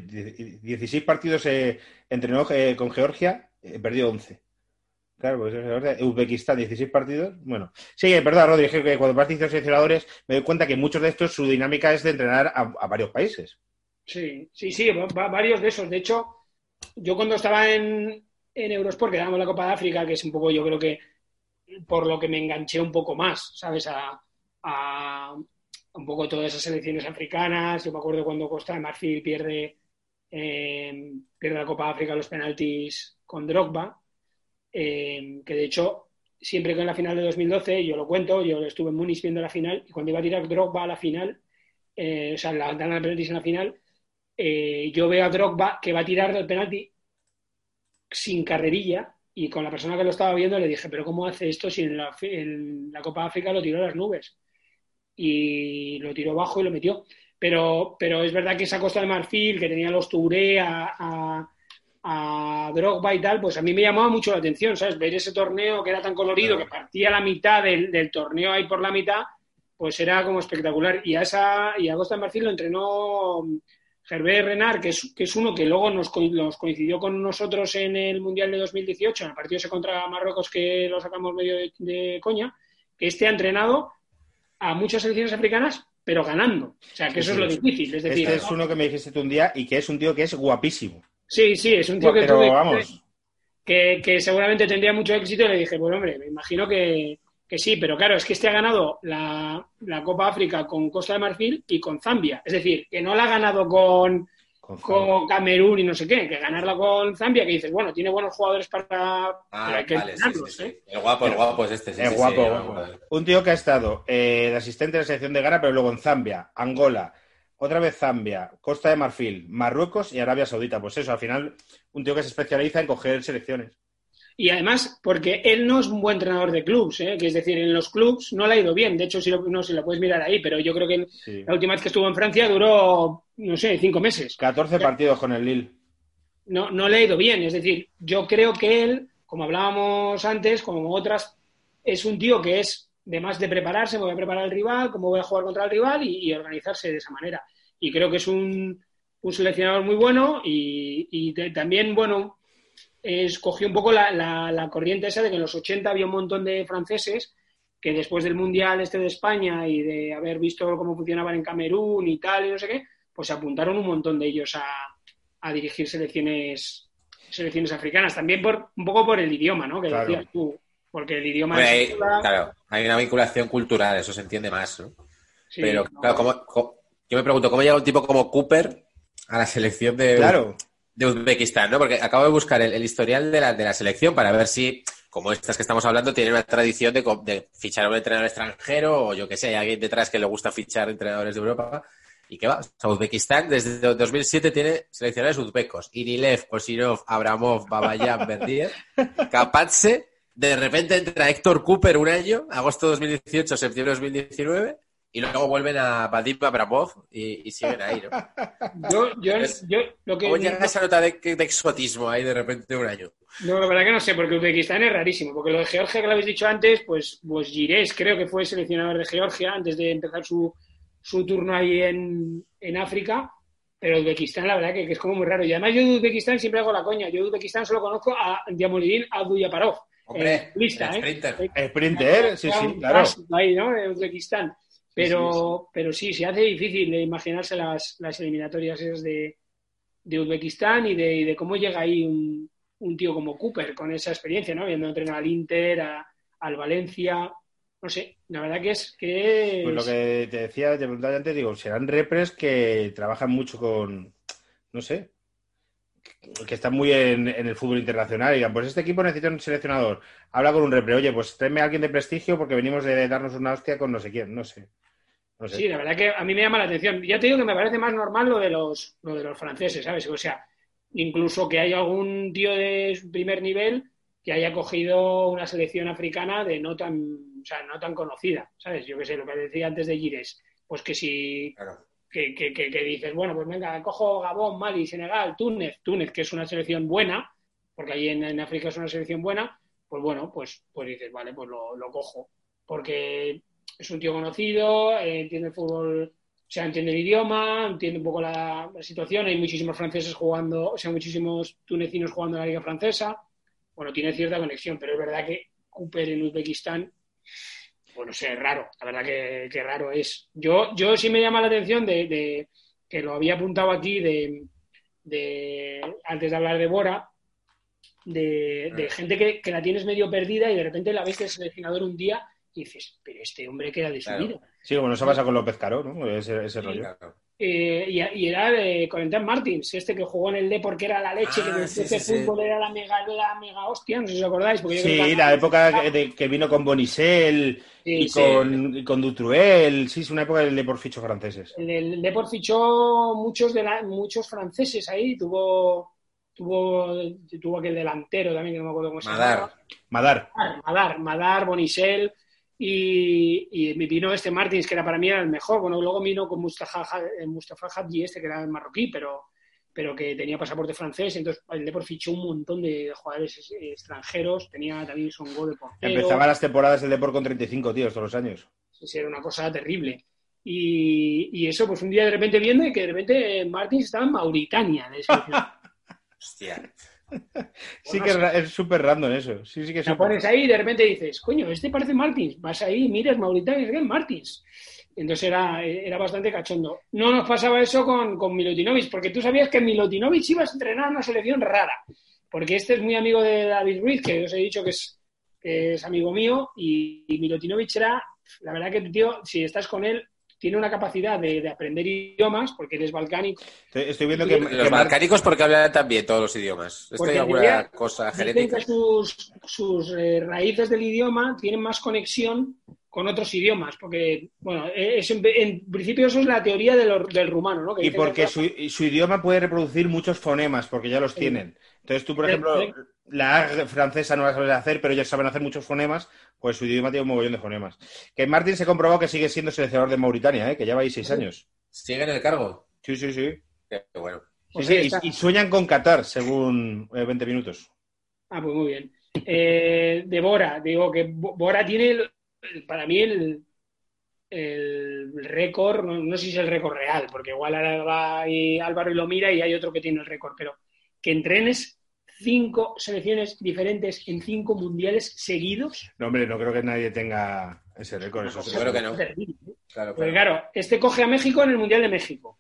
16 partidos entrenó con Georgia, perdió 11. Claro, pues Uzbekistán, 16 partidos. Bueno, sí, perdón, Rodri, es que cuando vas diciendo seleccionadores me doy cuenta que muchos de estos su dinámica es de entrenar a varios países. Sí, varios de esos. De hecho, yo cuando estaba en Eurosport, que dábamos la Copa de África, que es un poco, yo creo que por lo que me enganché un poco más, ¿sabes? A un poco todas esas selecciones africanas. Yo me acuerdo cuando Costa de Marfil pierde la Copa de África los penaltis con Drogba, que de hecho siempre que en la final de 2012, yo lo cuento, yo estuve en Múnich viendo la final, y cuando iba a tirar Drogba a la final, dan el penaltis en la final, yo veo a Drogba que va a tirar el penalti sin carrerilla, y con la persona que lo estaba viendo le dije, pero ¿cómo hace esto si en la Copa de África lo tiró a las nubes? Y lo tiró bajo y lo metió. Pero es verdad que esa Costa de Marfil, que tenía los Touré a Drogba y tal, pues a mí me llamaba mucho la atención, ¿sabes? Ver ese torneo que era tan colorido, que partía la mitad del torneo ahí por la mitad, pues era como espectacular. Y a Costa de Marfil lo entrenó Hervé Renard, que es uno que luego nos coincidió con nosotros en el Mundial de 2018, en el partido ese contra Marruecos, que lo sacamos medio de coña, que ha entrenado a muchas selecciones africanas, pero ganando. O sea, que eso es lo difícil. Es decir, es uno que me dijiste tú un día, y que es un tío que es guapísimo. Sí, es un tío pero vamos, que seguramente tendría mucho éxito, y le dije, pues hombre, me imagino que Que sí, pero claro, es que este ha ganado la Copa África con Costa de Marfil y con Zambia. Es decir, que no la ha ganado con Camerún y no sé qué, que ganarla con Zambia, que dices, bueno, tiene buenos jugadores pero hay que ganarlos, sí. El guapo es este. El guapo. Un tío que ha estado de asistente de la selección de Ghana, pero luego en Zambia, Angola, otra vez Zambia, Costa de Marfil, Marruecos y Arabia Saudita. Pues eso, al final, un tío que se especializa en coger selecciones. Y además, porque él no es un buen entrenador de clubs, que es decir, en los clubs no le ha ido bien. De hecho, si lo puedes mirar ahí, pero yo creo que la última vez que estuvo en Francia duró, no sé, 5 meses. 14 partidos con el Lille. No le ha ido bien. Es decir, yo creo que él, como hablábamos antes, como otras, es un tío que es de más de prepararse, voy a preparar al rival, cómo voy a jugar contra el rival y organizarse de esa manera. Y creo que es un seleccionador muy bueno y también, bueno, escogió un poco la corriente esa de que en los 80 había un montón de franceses que después del Mundial de España y de haber visto cómo funcionaban en Camerún y tal y no sé qué, pues se apuntaron un montón de ellos a dirigir selecciones africanas. También un poco por el idioma, ¿no? Que claro. Decías tú, porque el idioma claro, hay una vinculación cultural, eso se entiende más, ¿no? Sí, pero claro, yo me pregunto, ¿cómo llega un tipo como Cooper a la selección de Uzbekistán, ¿no? Porque acabo de buscar el historial de la selección para ver si, como estas que estamos hablando, tienen una tradición de fichar a un entrenador extranjero o yo qué sé, hay alguien detrás que le gusta fichar entrenadores de Europa. ¿Y qué va? O sea, Uzbekistán desde 2007 tiene seleccionadores uzbecos. Irilev, Kosinov, Abramov, Babayan, Berdier, Kapatse. De repente entra Héctor Cooper un año, agosto 2018, septiembre 2019... Y luego vuelven a Vadim Abramov y siguen ahí, ¿no? Yo lo que... ¿Cómo llega esa nota de exotismo ahí de repente de un año? No, la verdad que no sé, porque Uzbekistán es rarísimo. Porque lo de Georgia, que lo habéis dicho antes, pues Girés creo que fue seleccionador de Georgia antes de empezar su turno ahí en África. Pero Uzbekistán, la verdad que es como muy raro. Y además yo de Uzbekistán siempre hago la coña. Yo de Uzbekistán solo conozco a Diamolidin Abduyaparov. Hombre, lista, Sprinter, sí, claro. Ahí, ¿no? De Uzbekistán. Pero sí, se hace difícil de imaginarse las eliminatorias esas de Uzbekistán y de cómo llega ahí un tío como Cooper con esa experiencia, ¿no? Viendo entrenar al Inter, al Valencia, no sé, la verdad que es... Pues lo que te decía, te preguntaba antes, digo, serán repres que trabajan mucho con, no sé, que están muy en el fútbol internacional y digan, pues este equipo necesita un seleccionador, habla con un repre, oye, pues tráeme a alguien de prestigio porque venimos de darnos una hostia con no sé quién, no sé. Sí, la verdad que a mí me llama la atención. Ya te digo que me parece más normal lo de los franceses, ¿sabes? O sea, incluso que haya algún tío de primer nivel que haya cogido una selección africana de no tan conocida, ¿sabes? Yo qué sé, lo que decía antes de Girés, pues que si... Claro. Que dices, bueno, pues venga, cojo Gabón, Mali, Senegal, Túnez, que es una selección buena, porque allí en África es una selección buena, pues bueno, pues dices, vale, pues lo cojo. Porque... es un tío conocido, entiende el fútbol, o sea, entiende el idioma, entiende un poco la situación. Hay muchísimos franceses jugando, o sea, muchísimos tunecinos jugando en la liga francesa. Bueno, tiene cierta conexión, pero es verdad que Cooper en Uzbekistán, bueno, sé, es raro. La verdad que raro es. Yo sí me llama la atención de que lo había apuntado aquí de antes de hablar de Bora, de gente que la tienes medio perdida y de repente la ves de seleccionador un día y dices, pero este hombre que era de su vida. Sí, como nos ha pasado con López Caro, ¿no? Ese rollo. Claro. Y era de Corentin Martins, que jugó en el Depor, que era la leche, que después de fútbol era la mega hostia, no sé si os acordáis. Porque sí, la época que vino con Bonisel con Dutruel, sí, es una época del Depor fichó franceses. El Depor fichó muchos franceses ahí, tuvo aquel delantero también, que no me acuerdo cómo se llama. Madar, Bonisel... Y vino Martins, que era para mí era el mejor. Bueno, luego vino con Mustafa Hadji, que era el marroquí, pero que tenía pasaporte francés. Entonces el Depor fichó un montón de jugadores extranjeros. Tenía también Songo de portero. Empezaban las temporadas del Depor con 35 tíos todos los años. Sí, era una cosa terrible. Y eso, pues un día de repente viendo y que de repente Martins estaba en Mauritania. Hostia. Sí, que es súper random eso. Sí, que te pones ahí y de repente dices, coño, parece Martins. Vas ahí, miras Mauritania y es Martins. Entonces era bastante cachondo. No nos pasaba eso con Milutinovic, porque tú sabías que Milutinovic iba a entrenar una selección rara. Porque es muy amigo de David Ruiz, que os he dicho que es es amigo mío, y Milutinovic era, la verdad que, tío, si estás con él, tiene una capacidad de aprender idiomas, porque él es balcánico. Estoy viendo que Los balcánicos porque hablan también todos los idiomas. Esto hay alguna cosa genética. Dicen que sus raíces del idioma tienen más conexión con otros idiomas, porque, bueno, en principio eso es la teoría del rumano, ¿no? Y porque su idioma puede reproducir muchos fonemas, porque ya los tienen. Entonces tú, por ejemplo, la A francesa no la sabes hacer, pero ellos saben hacer muchos fonemas, pues su idioma tiene un mogollón de fonemas. Que Martín se comprobó que sigue siendo seleccionador de Mauritania, que lleva ahí 6 años. ¿Sigue en el cargo? Sí. Qué bueno. Sí, y sueñan con Qatar, según 20 minutos. Ah, pues muy bien. De Bora, digo que Bora tiene, para mí, el récord, no sé si es el récord real, porque igual ahora va ahí Álvaro y lo mira y hay otro que tiene el récord, pero que entrenes 5 selecciones diferentes en 5 mundiales seguidos. No, hombre, no creo que nadie tenga ese récord. Eso yo creo que no. Claro. Porque claro, coge a México en el Mundial de México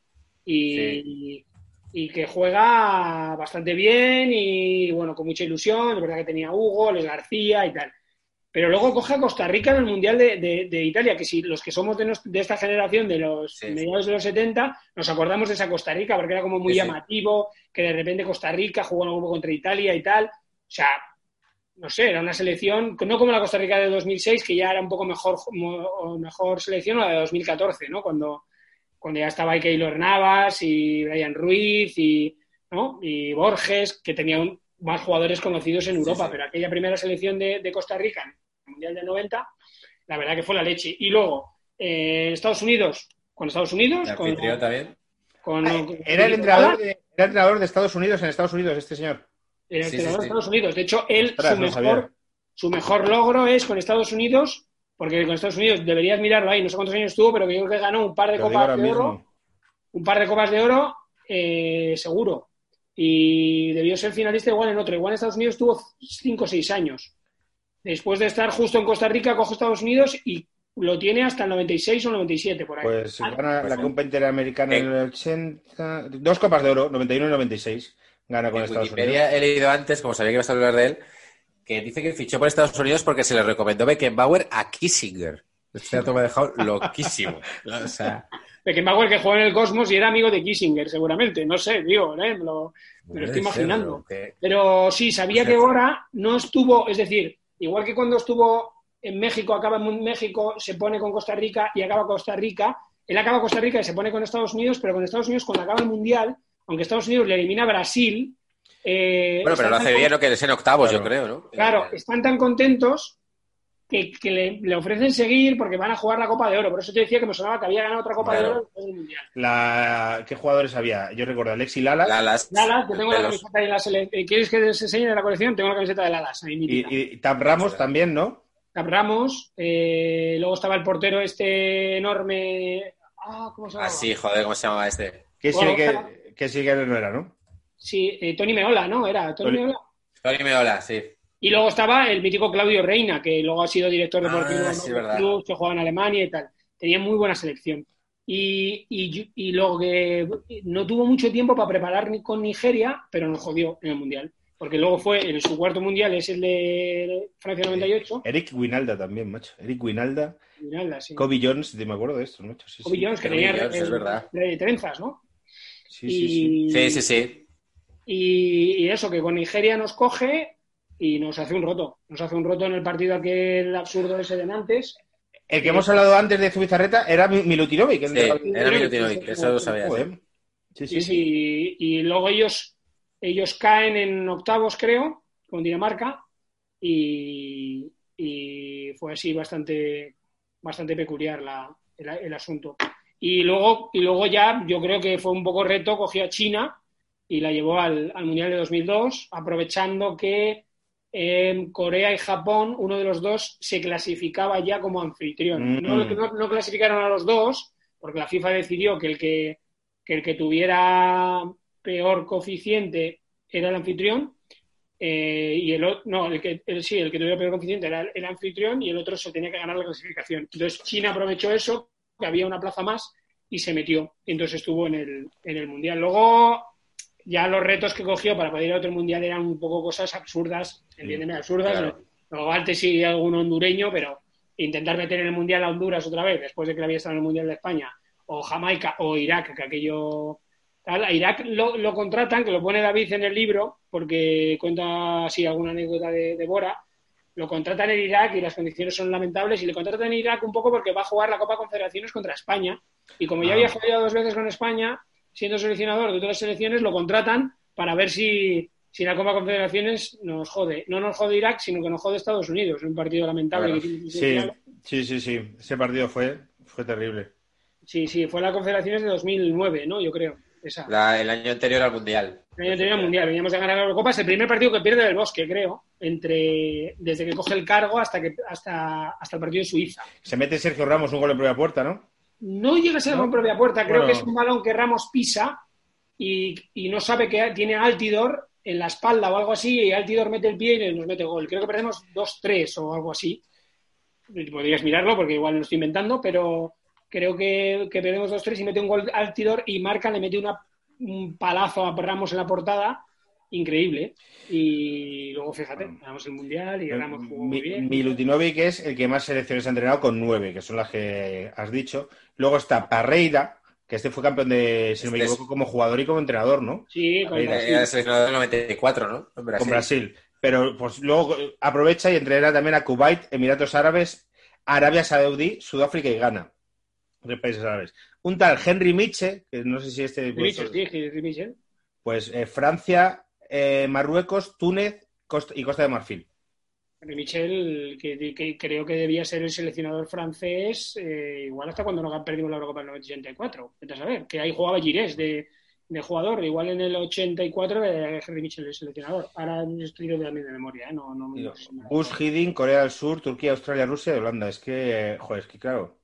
y que juega bastante bien y, bueno, con mucha ilusión. Es verdad que tenía Hugo, Les García y tal. Pero luego coge a Costa Rica en el Mundial de Italia, que si los que somos de esta generación de los mediados de los 70, nos acordamos de esa Costa Rica, porque era como muy llamativo, que de repente Costa Rica jugó en un grupo contra Italia y tal. O sea, no sé, era una selección, no como la Costa Rica de 2006, que ya era un poco mejor selección, o la de 2014, ¿no? Cuando ya estaba ahí Keylor Navas y Brian Ruiz y Borges, que tenían más jugadores conocidos en Europa, pero aquella primera selección de Costa Rica en el Mundial del 90, la verdad que fue la leche. Y luego, Estados Unidos. También. Era el entrenador de Estados Unidos en Estados Unidos, este señor. Era el entrenador de Estados Unidos. De hecho, su mejor logro es con Estados Unidos, porque con Estados Unidos deberías mirarlo ahí, no sé cuántos años estuvo, pero creo que ganó un par de copas de oro. Un par de copas de oro, seguro. Y debió ser finalista igual en otro. Igual en Estados Unidos estuvo 5 o 6 años. Después de estar justo en Costa Rica, coge Estados Unidos y lo tiene hasta el 96 o 97, por ahí. Pues gana la Copa Interamericana en el 80... 2 copas de oro, 91 y 96. Gana con Estados Wikipedia Unidos. He leído antes, como sabía que ibas a hablar de él, que dice que fichó por Estados Unidos porque se le recomendó Beckenbauer a Kissinger. Este dato me ha dejado loquísimo. O sea... Beckenbauer, que jugó en el Cosmos y era amigo de Kissinger, seguramente. No sé, digo, me lo estoy imaginando. Pero sí, sabía que Bora no estuvo, es decir, igual que cuando estuvo en México, acaba en México, se pone con Costa Rica y acaba Costa Rica. Él acaba Costa Rica y se pone con Estados Unidos, pero con Estados Unidos, cuando acaba el Mundial, aunque Estados Unidos le elimina a Brasil... bueno, pero lo hace bien lo que es en octavos, yo creo, ¿no? Claro, están tan contentos que le ofrecen seguir porque van a jugar la Copa de Oro. Por eso te decía que me sonaba que había ganado otra Copa de Oro después del Mundial. ¿Qué jugadores había? Yo recuerdo a Alexis Lalas. Que tengo la camiseta de la selección. ¿Quieres que les enseñe de la colección? Tengo la camiseta de Lalas. Y Tab Ramos también, ¿no? Tab Ramos. Luego estaba el portero este enorme... ¿cómo se llama? Sí, joder, ¿cómo se llamaba este? Que sí que no era, ¿no? Sí, Tony Meola, ¿no? Era Tony Meola. Tony Meola, sí. Y luego estaba el mítico Claudio Reina, que luego ha sido director deportivo del club, que jugaba en Alemania y tal. Tenía muy buena selección. Y luego que no tuvo mucho tiempo para preparar con Nigeria, pero nos jodió en el Mundial. Porque luego fue en su cuarto Mundial, es el de Francia 98. Eric Winalda también, macho. Eric Winalda, sí. Kobe Jones, me acuerdo de esto, macho. Sí, Kobe Jones, que tenía de trenzas, ¿no? Sí. Y eso, que con Nigeria nos coge y nos hace un roto. Nos hace un roto en el partido aquel absurdo ese de Nantes. El que hemos hablado antes de Zubizarreta era Milutinovic. Era Milutinovic, eso lo sabía. Sí. Y luego ellos caen en octavos, creo, con Dinamarca. Y fue así bastante peculiar el asunto. Y luego ya, yo creo que fue un poco reto, cogió a China y la llevó al Mundial de 2002, aprovechando que Corea y Japón, uno de los dos, se clasificaba ya como anfitrión. No clasificaron a los dos, porque la FIFA decidió que el que tuviera peor coeficiente era el anfitrión, y el que tuviera peor coeficiente era el anfitrión y el otro se tenía que ganar la clasificación. Entonces China aprovechó eso, que había una plaza más, y se metió. Y entonces estuvo en el Mundial. Luego, ya los retos que cogió para poder ir a otro Mundial eran un poco cosas absurdas, entiéndeme, absurdas, Luego antes sí algún hondureño, pero intentar meter en el Mundial a Honduras otra vez, después de que había estado en el Mundial de España, o Jamaica, o Irak, que aquello... Tal, a Irak lo contratan, que lo pone David en el libro, porque cuenta así alguna anécdota de Bora. Lo contratan en Irak y las condiciones son lamentables, y le contratan en Irak un poco porque va a jugar la Copa Confederaciones contra España, y como ya había jugado 2 veces con España, siendo seleccionador de otras selecciones, lo contratan para ver si la Copa Confederaciones nos jode. No nos jode Irak, sino que nos jode Estados Unidos. Un partido lamentable Claro. que tiene. Sí. Ese partido fue terrible. Sí, fue la Confederaciones de 2009, ¿no? Yo creo. Esa. El año anterior al Mundial. El año anterior al Mundial. Veníamos de ganar la Eurocopa. Es el primer partido que pierde del Bosque, creo. Desde que coge el cargo hasta el partido de Suiza. Se mete Sergio Ramos un gol en propia puerta, ¿no? No llega a ser con propia puerta. Creo que es un balón que Ramos pisa y no sabe que tiene a Altidor en la espalda o algo así, y Altidor mete el pie y nos mete gol. Creo que perdemos 2-3 o algo así. Podrías mirarlo porque igual lo estoy inventando, pero creo que perdemos 2-3 y mete un gol Altidor y Marca le mete un palazo a Ramos en la portada. Increíble. Y luego, fíjate, ganamos el Mundial y Ramos jugó muy bien. Milutinovic es el que más selecciones ha entrenado, con 9, que son las que has dicho. Luego está Parreira, que este fue campeón si no me equivoco, como jugador y como entrenador, ¿no? Sí, con Brasil. Era seleccionador del 94, ¿no? Con Brasil. Pero pues luego aprovecha y entrena también a Kuwait, Emiratos Árabes, Arabia Saudí, Sudáfrica y Ghana. 3 países árabes. Un tal Henry Miche, que no sé si Henry Michel. Pues Francia, Marruecos, Túnez y Costa de Marfil. Henry Michel, que creo que debía ser el seleccionador francés, igual hasta cuando nos perdimos la Eurocopa en el 84. Vete a saber, que ahí jugaba Girés de jugador, igual en el 84 Henry Michel el seleccionador. Ahora estoy de la misma memoria, no Gus Hiddink, Corea del Sur, Turquía, Australia, Rusia y Holanda. Es que claro.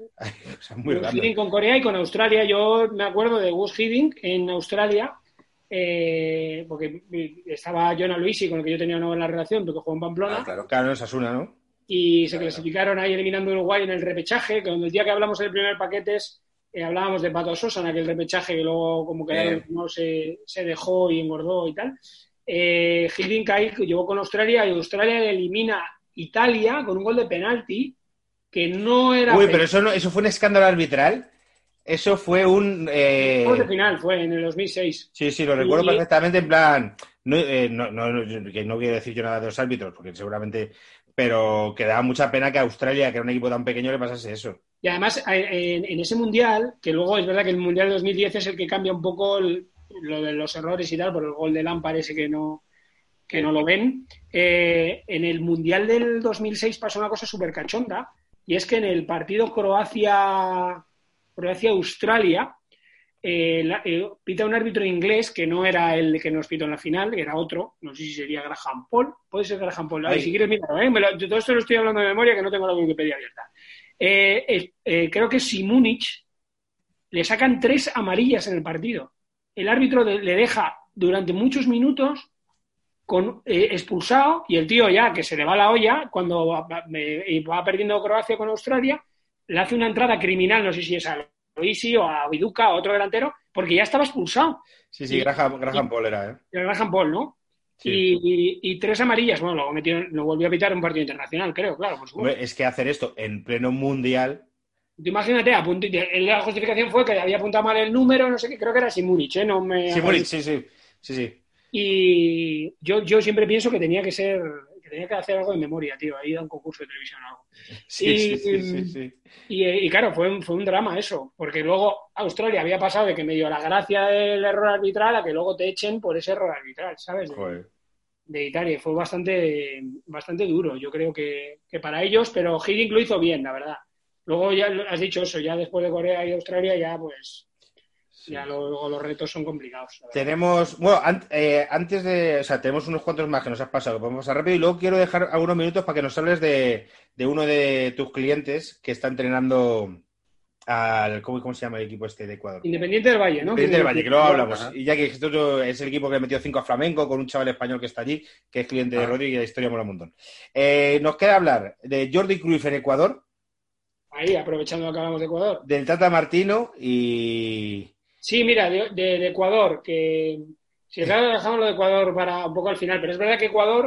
Gus Hiddink con Corea y con Australia. Yo me acuerdo de Gus Hiddink en Australia. Porque estaba Jonah Luisi, con el que yo tenía una buena relación, porque jugó en Pamplona. Claro, en Osasuna, ¿no? Y se clasificaron ahí eliminando a Uruguay en el repechaje, que el día que hablamos del primer paquetes hablábamos de Pato Sosa en aquel repechaje, que luego como que no se dejó y engordó y tal. Hiddink ahí llegó con Australia y Australia le elimina Italia con un gol de penalti que no era... Uy, pero eso fue un escándalo arbitral. Eso fue un... de final, fue en el 2006. Sí, lo recuerdo perfectamente, en plan... que no quiero decir yo nada de los árbitros, porque seguramente... Pero que daba mucha pena que a Australia, que era un equipo tan pequeño, le pasase eso. Y además, en ese Mundial, que luego es verdad que el Mundial de 2010 es el que cambia un poco lo de los errores y tal, por el gol de Lampard ese que no lo ven. En el Mundial del 2006 pasó una cosa súper cachonda, y es que en el partido Croacia-Australia, pita un árbitro inglés que no era el que nos pitó en la final, era otro, no sé si sería Graham Paul, puede ser Graham Paul. Si quieres, mira, todo esto lo estoy hablando de memoria, que no tengo la Wikipedia abierta. Creo que Simunic le sacan 3 amarillas en el partido. El árbitro le deja durante muchos minutos expulsado, y el tío ya, que se le va la olla, cuando va perdiendo Croacia con Australia, le hace una entrada criminal, no sé si es a Luisi o a Viduca o otro delantero, porque ya estaba expulsado. Sí, Graham Paul era, Graham Paul, ¿no? Sí. Y 3 amarillas. Bueno, luego lo volvió a pitar un partido internacional, creo, claro. Por supuesto. Es que hacer esto en pleno mundial... Imagínate, la justificación fue que había apuntado mal el número, no sé qué, creo que era Simunic, Simunic, sí. Y yo siempre pienso que tenía que hacer algo de memoria, tío. Ahí da un concurso de televisión o algo. Sí. Y claro, fue un drama eso, porque luego Australia había pasado de que me dio la gracia del error arbitral a que luego te echen por ese error arbitral, ¿sabes? De Italia. Fue bastante duro, yo creo que para ellos, pero Hiddink lo hizo bien, la verdad. Luego ya has dicho eso, ya después de Corea y Australia ya pues... Sí. Ya luego los retos son complicados. Tenemos, antes de, tenemos unos cuantos más que nos has pasado, podemos pasar rápido, y luego quiero dejar algunos minutos para que nos hables de uno de tus clientes que está entrenando ¿cómo se llama el equipo este de Ecuador? Independiente del Valle, ¿no? Independiente del Valle, que luego hablamos. Y ya que esto es el equipo que metió 5 a Flamenco con un chaval español que está allí, que es cliente de Rodri, y la historia mola un montón. Nos queda hablar de Jordi Cruyff en Ecuador. Ahí, aprovechando que hablamos de Ecuador. Del Tata Martino y... Sí, mira, de Ecuador, que si claro, dejamos lo de Ecuador para un poco al final, pero es verdad que Ecuador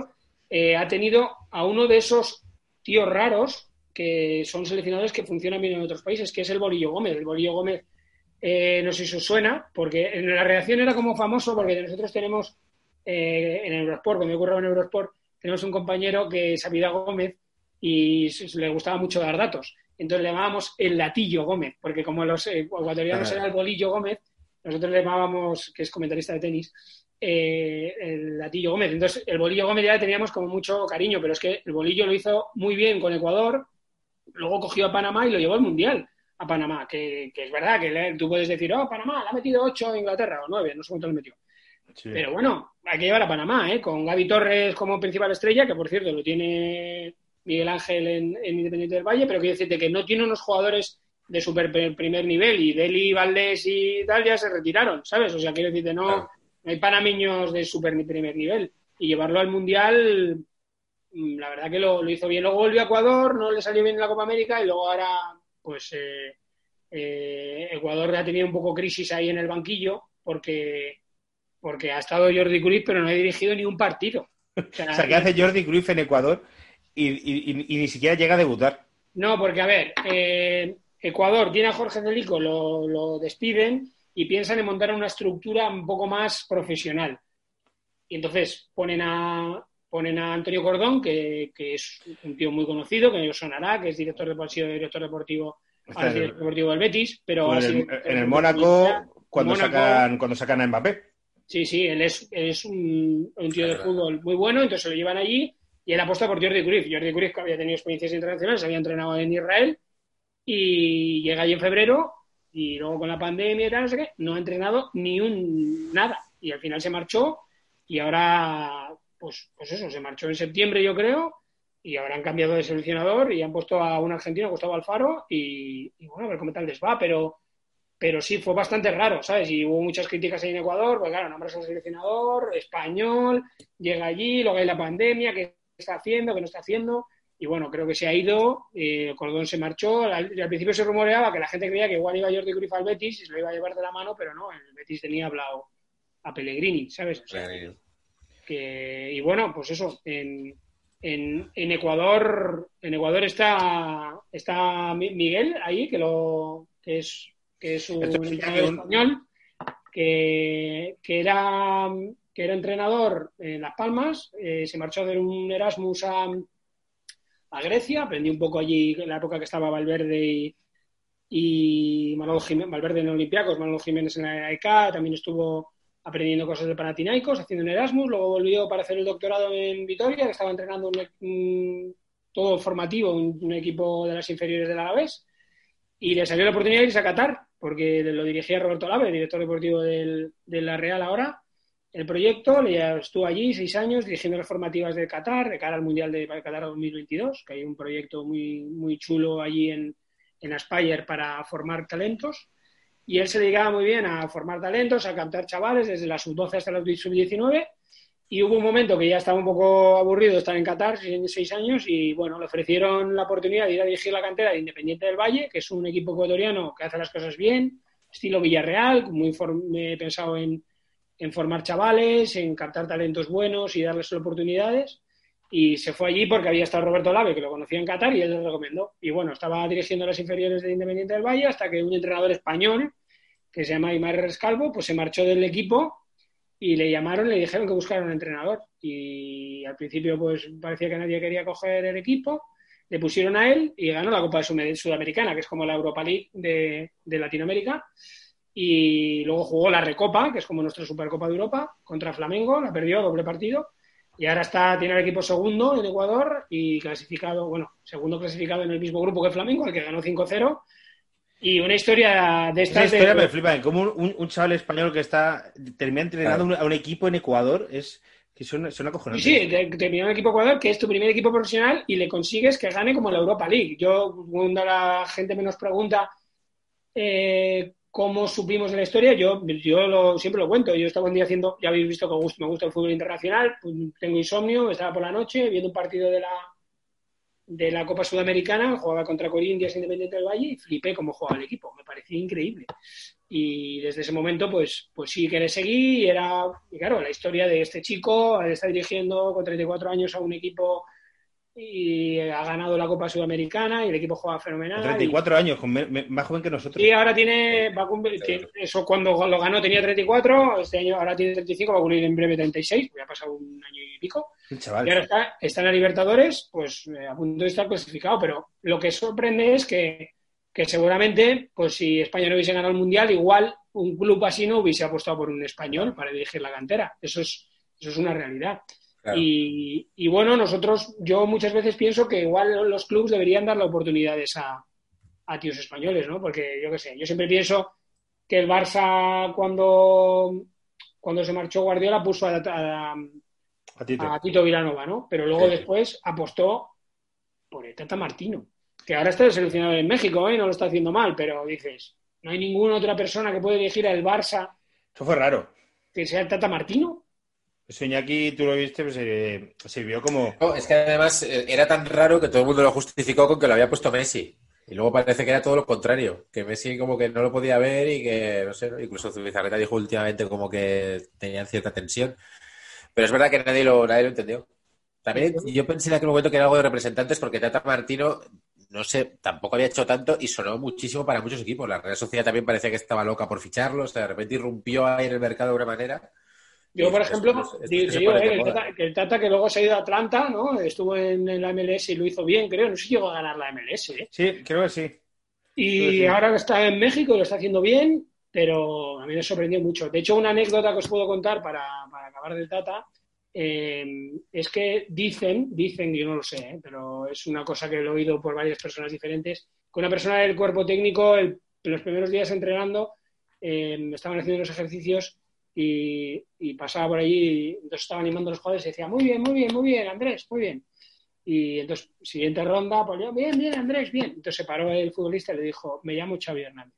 ha tenido a uno de esos tíos raros que son seleccionadores que funcionan bien en otros países, que es el Bolillo Gómez. El Bolillo Gómez, no sé si os suena, porque en la redacción era como famoso, porque nosotros tenemos en Eurosport, cuando yo curraba en Eurosport, tenemos un compañero que es Abida Gómez y le gustaba mucho dar datos. Entonces le llamábamos el Latillo Gómez, porque como los ecuatorianos era el Bolillo Gómez, nosotros le llamábamos, que es comentarista de tenis, el Latillo Gómez. Entonces el Bolillo Gómez ya le teníamos como mucho cariño, pero es que el Bolillo lo hizo muy bien con Ecuador, luego cogió a Panamá y lo llevó al Mundial a Panamá, que es verdad que tú puedes decir, Panamá le ha metido 8 a Inglaterra o 9, no sé cuánto le metió. Sí. Pero bueno, hay que llevar a Panamá, con Gaby Torres como principal estrella, que por cierto lo tiene Miguel Ángel en Independiente del Valle, pero quiero decirte que no tiene unos jugadores de super primer nivel, y Deli, Valdés y tal ya se retiraron, ¿sabes? O sea, quiero decirte, no hay panameños de super primer nivel, y llevarlo al Mundial, la verdad que lo hizo bien. Luego volvió a Ecuador, no le salió bien en la Copa América, y luego ahora pues Ecuador ha tenido un poco crisis ahí en el banquillo, porque ha estado Jordi Cruyff, pero no ha dirigido ni un partido. O sea, ¿qué hace Jordi Cruyff en Ecuador y ni siquiera llega a debutar? No, porque, a ver, Ecuador tiene a Jorge Celico, lo despiden y piensan en montar una estructura un poco más profesional. Y entonces ponen a Antonio Cordón, que es un tío muy conocido, que os sonará, que es director deportivo del Betis, pero en el Mónaco cuando sacan a Mbappé. Sí, él es un tío de fútbol muy bueno, entonces se lo llevan allí y él apuesta por Jordi Cruyff. Jordi Cruyff, que había tenido experiencias internacionales, había entrenado en Israel y llega allí en febrero y luego con la pandemia y tal, no sé qué, no ha entrenado ni nada. Y al final se marchó y ahora, pues eso, se marchó en septiembre, yo creo, y ahora han cambiado de seleccionador y han puesto a un argentino, Gustavo Alfaro, y bueno, a ver cómo tal les va, pero sí, fue bastante raro, ¿sabes? Y hubo muchas críticas ahí en Ecuador, porque claro, nombras a un seleccionador español, llega allí, luego hay la pandemia, ¿qué está haciendo, qué no está haciendo? Y bueno, creo que se ha ido, Cordón se marchó, al principio se rumoreaba que la gente creía que igual iba Jordi Cruyff al Betis y se lo iba a llevar de la mano, pero no, el Betis tenía hablado a Pellegrini, ¿sabes? O sea, y bueno, pues eso, en Ecuador está Miguel ahí, que es un entrenador español que era entrenador en Las Palmas, se marchó a hacer un Erasmus a Grecia, aprendió un poco allí en la época que estaba Valverde y Manolo Jiménez, Valverde en Olympiacos, Manolo Jiménez en la AEK, también estuvo aprendiendo cosas de Panathinaikos, haciendo un Erasmus, luego volvió para hacer el doctorado en Vitoria, que estaba entrenando todo formativo, un equipo de las inferiores del Alavés, y le salió la oportunidad de irse a Qatar, porque lo dirigía Roberto Lave, director deportivo de la Real ahora, el proyecto. Estuvo allí 6 años dirigiendo las formativas de Qatar, de cara al Mundial de Qatar 2022, que hay un proyecto muy, muy chulo allí en Aspire para formar talentos. Y él se dedicaba muy bien a formar talentos, a captar chavales desde la sub-12 hasta la sub-19. Y hubo un momento que ya estaba un poco aburrido de estar en Qatar, 6 años, y bueno, le ofrecieron la oportunidad de ir a dirigir la cantera de Independiente del Valle, que es un equipo ecuatoriano que hace las cosas bien, estilo Villarreal, muy pensado en formar chavales, en captar talentos buenos y darles oportunidades. Y se fue allí porque había estado Roberto Lave, que lo conocía en Qatar, y él le recomendó. Y bueno, estaba dirigiendo las inferiores de Independiente del Valle hasta que un entrenador español, que se llama Imar Rescalvo, pues se marchó del equipo y le llamaron, le dijeron que buscaran un entrenador. Y al principio pues parecía que nadie quería coger el equipo, le pusieron a él y ganó la Copa Sudamericana, que es como la Europa League de Latinoamérica. Y luego jugó la Recopa, que es como nuestra Supercopa de Europa, contra Flamengo, la perdió, doble partido. Y ahora tiene el equipo segundo en Ecuador y segundo clasificado en el mismo grupo que Flamengo, al que ganó 5-0. Y una historia de estas... Esa historia me flipa, como un chaval español que termina entrenando a un equipo en Ecuador, que son acojonantes. Sí, terminó un equipo Ecuador, que es tu primer equipo profesional, y le consigues que gane como la Europa League. Yo, cuando la gente me nos pregunta cómo supimos de la historia, yo siempre lo cuento. Yo estaba un día haciendo, ya habéis visto que me gusta el fútbol internacional, pues tengo insomnio, estaba por la noche viendo un partido de de la Copa Sudamericana, jugaba contra Corinthians Independiente del Valle y flipé cómo jugaba el equipo, me parecía increíble. Y desde ese momento, pues sí que le seguí y claro, la historia de este chico, está dirigiendo con 34 años a un equipo y ha ganado la Copa Sudamericana y el equipo juega fenomenal. Con 34 años, más joven que nosotros. Sí, ahora eso cuando lo ganó tenía 34, este año ahora tiene 35, va a cumplir en breve 36, ya ha pasado un año y pico. Chaval. Y ahora está en la Libertadores, pues a punto de estar clasificado, pero lo que sorprende es que seguramente, pues si España no hubiese ganado el Mundial, igual un club así no hubiese apostado por un español para dirigir la cantera. Eso es una realidad. Claro. Y bueno, yo muchas veces pienso que igual los clubes deberían dar las oportunidades a tíos españoles, ¿no? Porque yo qué sé, yo siempre pienso que el Barça cuando se marchó Guardiola puso a Tito Vilanova, ¿no? Pero luego después apostó por el Tata Martino, que ahora está seleccionado en México, no lo está haciendo mal, pero dices, no hay ninguna otra persona que pueda dirigir al Barça. Eso fue raro. Que sea el Tata Martino. Eso Iñaki, tú lo viste, pues se vio como... No, es que además era tan raro que todo el mundo lo justificó con que lo había puesto Messi. Y luego parece que era todo lo contrario, que Messi como que no lo podía ver y que, no sé, incluso Zubizarreta dijo últimamente como que tenían cierta tensión. Pero es verdad que nadie lo entendió. También yo pensé en aquel momento que era algo de representantes porque Tata Martino, no sé, tampoco había hecho tanto y sonó muchísimo para muchos equipos. La Real Sociedad también parecía que estaba loca por ficharlo, o sea, de repente irrumpió ahí en el mercado de una manera. Yo, por ejemplo, digo que el Tata que luego se ha ido a Atlanta, ¿no? Estuvo en la MLS y lo hizo bien, creo. No sé si llegó a ganar la MLS, ¿eh? Sí, creo que sí. Y ahora está en México y lo está haciendo bien, pero a mí me sorprendió mucho. De hecho, una anécdota que os puedo contar para acabar del Tata es que dicen, yo no lo sé, pero es una cosa que lo he oído por varias personas diferentes, que una persona del cuerpo técnico, en los primeros días entrenando, estaban haciendo los ejercicios y pasaba por allí, y entonces estaba animando a los jugadores y decía, muy bien, Andrés, muy bien. Y entonces, siguiente ronda, pues yo, bien, Andrés, bien. Entonces se paró el futbolista y le dijo, me llamo Xavi Hernández.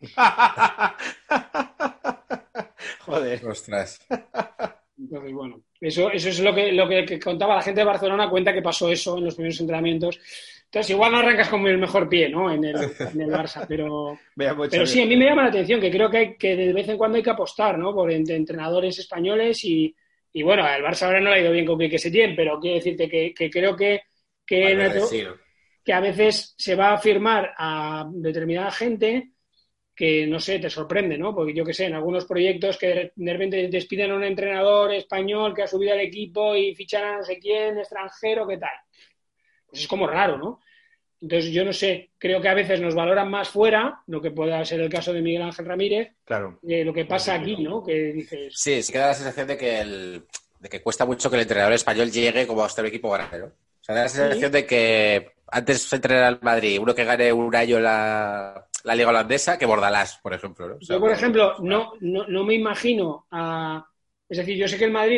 Joder. Ostras. Entonces, bueno, eso es lo que contaba la gente de Barcelona, cuenta que pasó eso en los primeros entrenamientos. Entonces, igual no arrancas con el mejor pie, ¿no? En el Barça, pero sí, a mí me llama la atención que creo que de vez en cuando hay que apostar, ¿no? Por entrenadores españoles y bueno, al Barça ahora no le ha ido bien con Quique Setién, pero quiero decirte que creo que a veces se va a firmar a determinada gente que, no sé, te sorprende, ¿no? Porque yo qué sé, en algunos proyectos que de repente despiden a un entrenador español que ha subido al equipo y fichan a no sé quién, extranjero, ¿qué tal? Pues es como raro, ¿no? Entonces, yo no sé, creo que a veces nos valoran más fuera, lo que pueda ser el caso de Miguel Ángel Ramírez, claro, lo que pasa aquí, ¿no? Que dices... Sí, queda la sensación de que cuesta mucho que el entrenador español llegue como hasta el equipo grande, ¿no? O sea, da la sensación de que antes de entrenar al Madrid, uno que gane un año la Liga Holandesa que Bordalás, por ejemplo, ¿no? O sea, yo, por ejemplo, no me imagino Es decir, yo sé que el Madrid,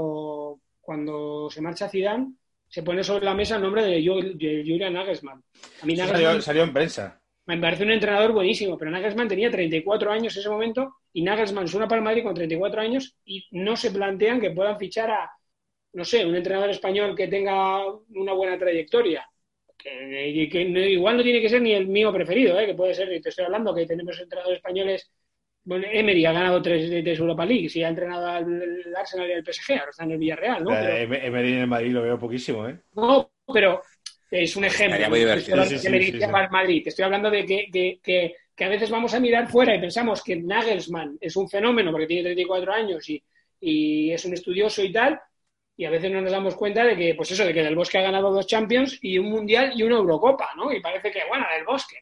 cuando se marcha Zidane, se pone sobre la mesa el nombre de Julian Nagelsmann. A mí Nagelsmann salió en prensa. Me parece un entrenador buenísimo, pero Nagelsmann tenía 34 años en ese momento y Nagelsmann suena para el Madrid con 34 años y no se plantean que puedan fichar a, no sé, un entrenador español que tenga una buena trayectoria. Que igual no tiene que ser ni el mío preferido, que puede ser, te estoy hablando, que tenemos entrenadores españoles. Bueno, Emery ha ganado 3 Europa League y ha entrenado al Arsenal y al PSG, ahora está en el Villarreal, ¿no? Emery en el Madrid lo veo poquísimo, ¿eh? No, pero es un ejemplo. Muy divertido. Al Madrid. Te estoy hablando de que a veces vamos a mirar fuera y pensamos que Nagelsmann es un fenómeno porque tiene 34 años y es un estudioso y tal, y a veces no nos damos cuenta de que, pues eso, de que Del Bosque ha ganado 2 Champions y un Mundial y una Eurocopa, ¿no? Y parece que, bueno, Del Bosque,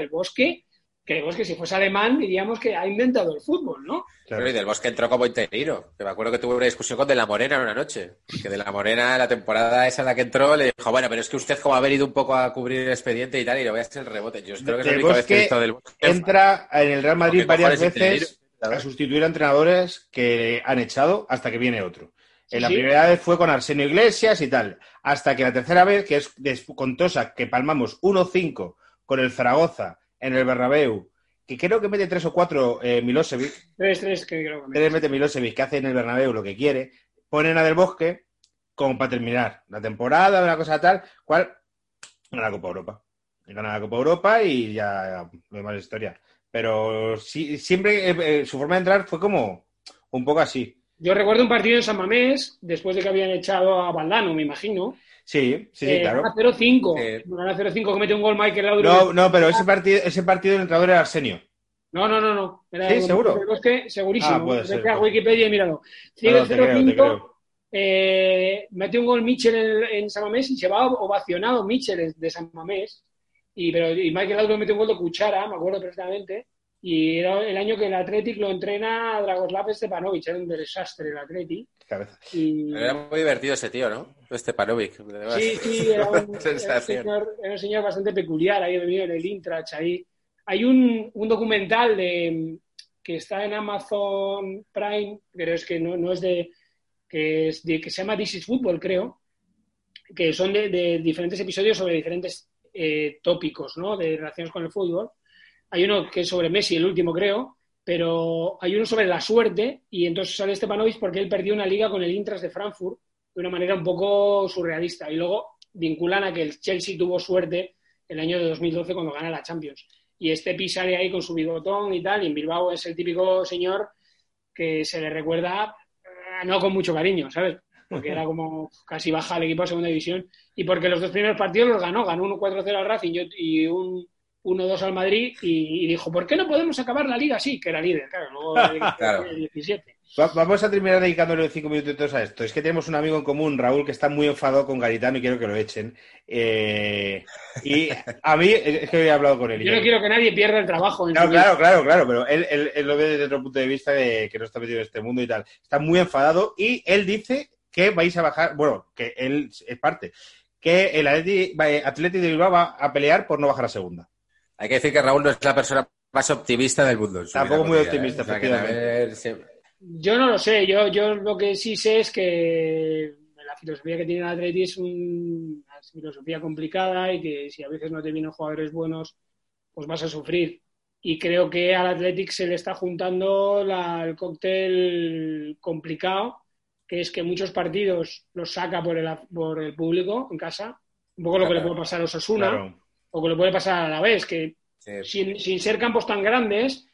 que Del Bosque, si fuese alemán, diríamos que ha inventado el fútbol, ¿no? Claro. Y Del Bosque entró como interino, que me acuerdo que tuve una discusión con De la Morena en una noche, que De la Morena, la temporada esa en la que entró, le dijo, bueno, pero es que usted como ha venido un poco a cubrir el expediente y tal, y le voy a hacer el rebote. Yo creo que es la única vez que he visto Del Bosque. Entra en el Real Madrid varias veces a sustituir a entrenadores que han echado hasta que viene otro. La primera vez fue con Arsenio Iglesias y tal, hasta que la tercera vez, que es con Tosa, que palmamos 1-5 con el Zaragoza en el Bernabéu, que creo que mete 3 o 4 Milosevic. 3 que creo que mete Milosevic, que hace en el Bernabéu lo que quiere, ponen a Del Bosque como para terminar la temporada, una cosa tal, cual Gana la Copa Europa. Gana la Copa Europa y ya lo demás es historia. Pero sí, siempre su forma de entrar fue como un poco así. Yo recuerdo un partido en San Mamés, después de que habían echado a Valdano, me imagino. Sí, Gana claro. 0-5. Sí. Gana 0-5, comete un gol Michael Laudrup. No, pero ese partido el entrenador era Arsenio. No. Era ¿Sí? ¿Seguro? el Bosque, Ah, segurísimo. puede ser. Vete a Wikipedia y míralo. No, te creo. 0-5, mete un gol Mitchell en San Mamés y se va ovacionado Mitchell de San Mamés. Y Michael Laudrup mete un gol de cuchara, me acuerdo perfectamente. Y era el año que el Athletic lo entrena a Dragoslav Stepanovic. Era un desastre el Athletic. Cabeza. Era muy divertido ese tío, ¿no? Stepanovic. Sí, era un señor bastante peculiar, ahí venido en el Intrach, ahí. Hay un documental que está en Amazon Prime, pero es que no es que se llama This is Football, creo, que son de diferentes episodios sobre diferentes tópicos, ¿no? De relaciones con el fútbol. Hay uno que es sobre Messi, el último, creo, pero hay uno sobre la suerte y entonces sale Stepanovic porque él perdió una liga con el Eintracht de Frankfurt de una manera un poco surrealista y luego vinculan a que el Chelsea tuvo suerte el año de 2012 cuando gana la Champions. Y Stepi sale ahí con su bigotón y tal, y en Bilbao es el típico señor que se le recuerda no con mucho cariño, ¿sabes? Porque era como casi baja el equipo a segunda división y porque los dos primeros partidos los ganó 1-4-0 al Racing y un 1-2 al Madrid y dijo, ¿por qué no podemos acabar la liga así? Que era líder, claro, luego Claro. el 17. Vamos a terminar dedicándole 5 minutitos a esto. Es que tenemos un amigo en común, Raúl, que está muy enfadado con Garitano y quiero que lo echen. Y a mí, es que he hablado con él. Yo no quiero que nadie pierda el trabajo. Claro, pero él lo ve desde otro punto de vista de que no está metido en este mundo y tal. Está muy enfadado y él dice que vais a bajar, bueno, que él es parte, que el Athletic de Bilbao va a pelear por no bajar a segunda. Hay que decir que Raúl no es la persona más optimista del mundo. Tampoco muy optimista, O sea, efectivamente. Yo no lo sé, yo lo que sí sé es que la filosofía que tiene el Atleti es una filosofía complicada y que si a veces no te vienen jugadores buenos, pues vas a sufrir. Y creo que al Athletic se le está juntando el cóctel complicado, que es que muchos partidos los saca por el público en casa, un poco lo que le puede pasar a Osasuna, Claro. o que le puede pasar a Alavés, que sin ser campos tan grandes,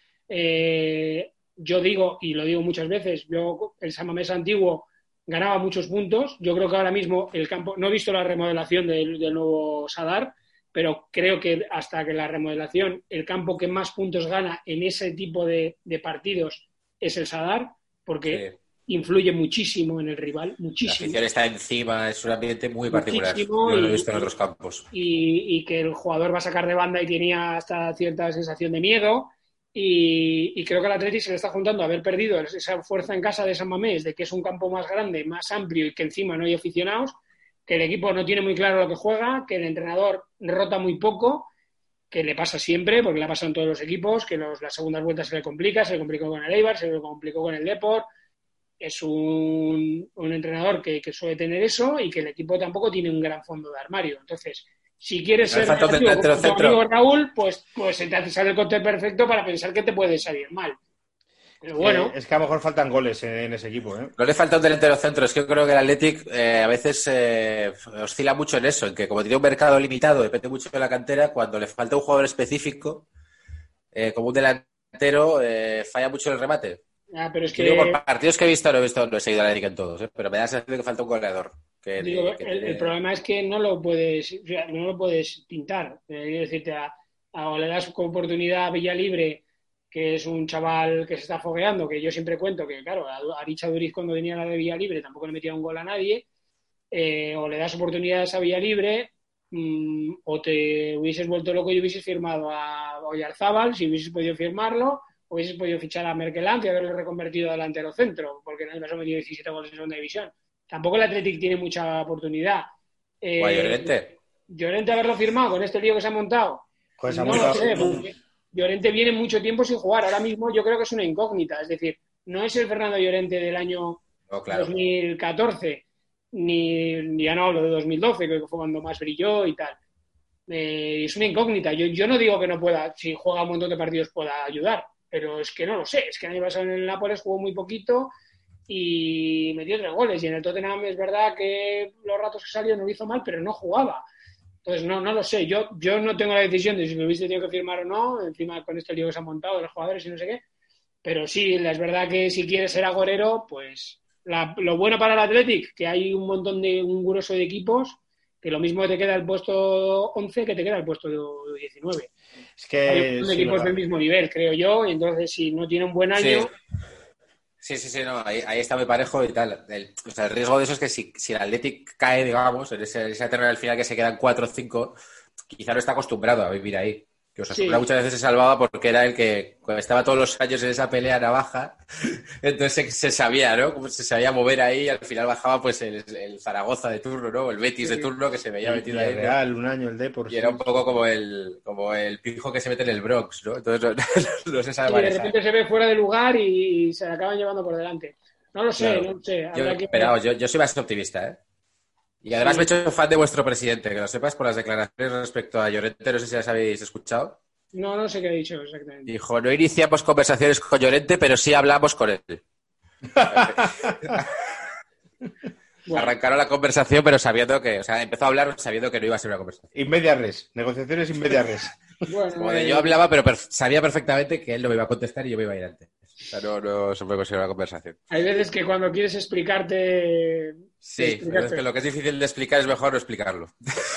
yo digo, y lo digo muchas veces, el San Mamés antiguo ganaba muchos puntos. Yo creo que ahora mismo el campo, no he visto la remodelación del nuevo Sadar, pero creo que hasta que la remodelación, el campo que más puntos gana en ese tipo de partidos es el Sadar, porque influye muchísimo en el rival, muchísimo. La afición está encima, es un ambiente muy particular. Muchísimo, Yo lo he visto en otros campos. Y que el jugador va a sacar de banda y tenía hasta cierta sensación de miedo. Y creo que al Atleti se le está juntando haber perdido esa fuerza en casa de San Mamés, de que es un campo más grande, más amplio y que encima no hay aficionados, que el equipo no tiene muy claro lo que juega, que el entrenador rota muy poco, que le pasa siempre, porque le ha pasado en todos los equipos, que las segundas vueltas se le complicó con el Eibar, se le complicó con el Depor. Es un entrenador que suele tener eso y que el equipo tampoco tiene un gran fondo de armario. Entonces, si quieres ser como tu amigo Raúl, pues se te sale el cóctel perfecto para pensar que te puede salir mal. Pero bueno. Es que a lo mejor faltan goles en ese equipo, ¿eh? No le falta un delantero centro. Es que yo creo que el Athletic a veces oscila mucho en eso, en que como tiene un mercado limitado, depende mucho de la cantera, cuando le falta un jugador específico, como un delantero, falla mucho en el remate. Pero es que... Digo, por partidos que he visto, no he seguido al Athletic en todos, pero me da la sensación de que falta un goleador. El problema es que no lo puedes pintar. Quiero decirte, o le das oportunidad a Villalibre, que es un chaval que se está fogueando, que yo siempre cuento que, claro, a Richa Duriz cuando venía la de Villalibre tampoco le metía un gol a nadie, o le das oportunidades a Villalibre, o te hubieses vuelto loco y hubieses firmado a Oyarzábal, si hubieses podido firmarlo, hubieses podido fichar a Merkeland y haberlo reconvertido a delantero centro, porque en el caso ha metido 17 goles en segunda división. Tampoco el Athletic tiene mucha oportunidad. Llorente haberlo firmado con este lío que se ha montado. Pues no lo sé, porque Llorente viene mucho tiempo sin jugar. Ahora mismo yo creo que es una incógnita. Es decir, no es el Fernando Llorente del año 2014, ni ya no hablo de 2012, creo que fue cuando más brilló y tal. Es una incógnita. Yo no digo que no pueda, si juega un montón de partidos pueda ayudar, pero es que no lo sé. Es que el año pasado en el Nápoles jugó muy poquito y metió 3 goles. Y en el Tottenham es verdad que los ratos que salió no lo hizo mal, pero no jugaba. Entonces, no lo sé. Yo no tengo la decisión de si me hubiese tenido que firmar o no, encima con este lío que se ha montado de los jugadores y no sé qué. Pero sí, es verdad que si quieres ser agorero, pues lo bueno para el Athletic, que hay un grueso de equipos, que lo mismo te queda el puesto 11 que te queda el puesto 19. Es que Hay un montón de equipos verdad. del mismo nivel, creo yo, y entonces si no tiene un buen año... Sí, no, ahí está muy parejo y tal. El riesgo de eso es que si el Athletic cae, digamos, en esa terna del final que se quedan 4 o 5, quizá no está acostumbrado a vivir ahí. Que Osasuna muchas veces se salvaba porque era el que estaba todos los años en esa pelea navaja, entonces se sabía, ¿no? Como se sabía mover ahí y al final bajaba pues el Zaragoza de turno, ¿no? O el Betis de turno que se veía metido ahí. Real, un año el Depor. Y era un poco como el pijo que se mete en el Bronx, ¿no? Entonces no se sabe manejar. Y de repente se ve fuera de lugar y se la acaban llevando por delante. No lo sé, Claro. no lo sé. Yo soy más optimista, ¿eh? Y además me he hecho fan de vuestro presidente, que lo sepas por las declaraciones respecto a Llorente, no sé si las habéis escuchado. No sé qué ha dicho exactamente. Dijo, no iniciamos conversaciones con Llorente, pero sí hablamos con él. Bueno. Arrancaron la conversación, pero sabiendo que... O sea, empezó a hablar sabiendo que no iba a ser una conversación. In media res. Negociaciones in media res. Bueno, yo hablaba, pero sabía perfectamente que él no me iba a contestar y yo me iba a ir antes. O sea, no se puede considerar una conversación. Hay veces que cuando quieres explicarte... Sí, es que lo que es difícil de explicar es mejor no explicarlo.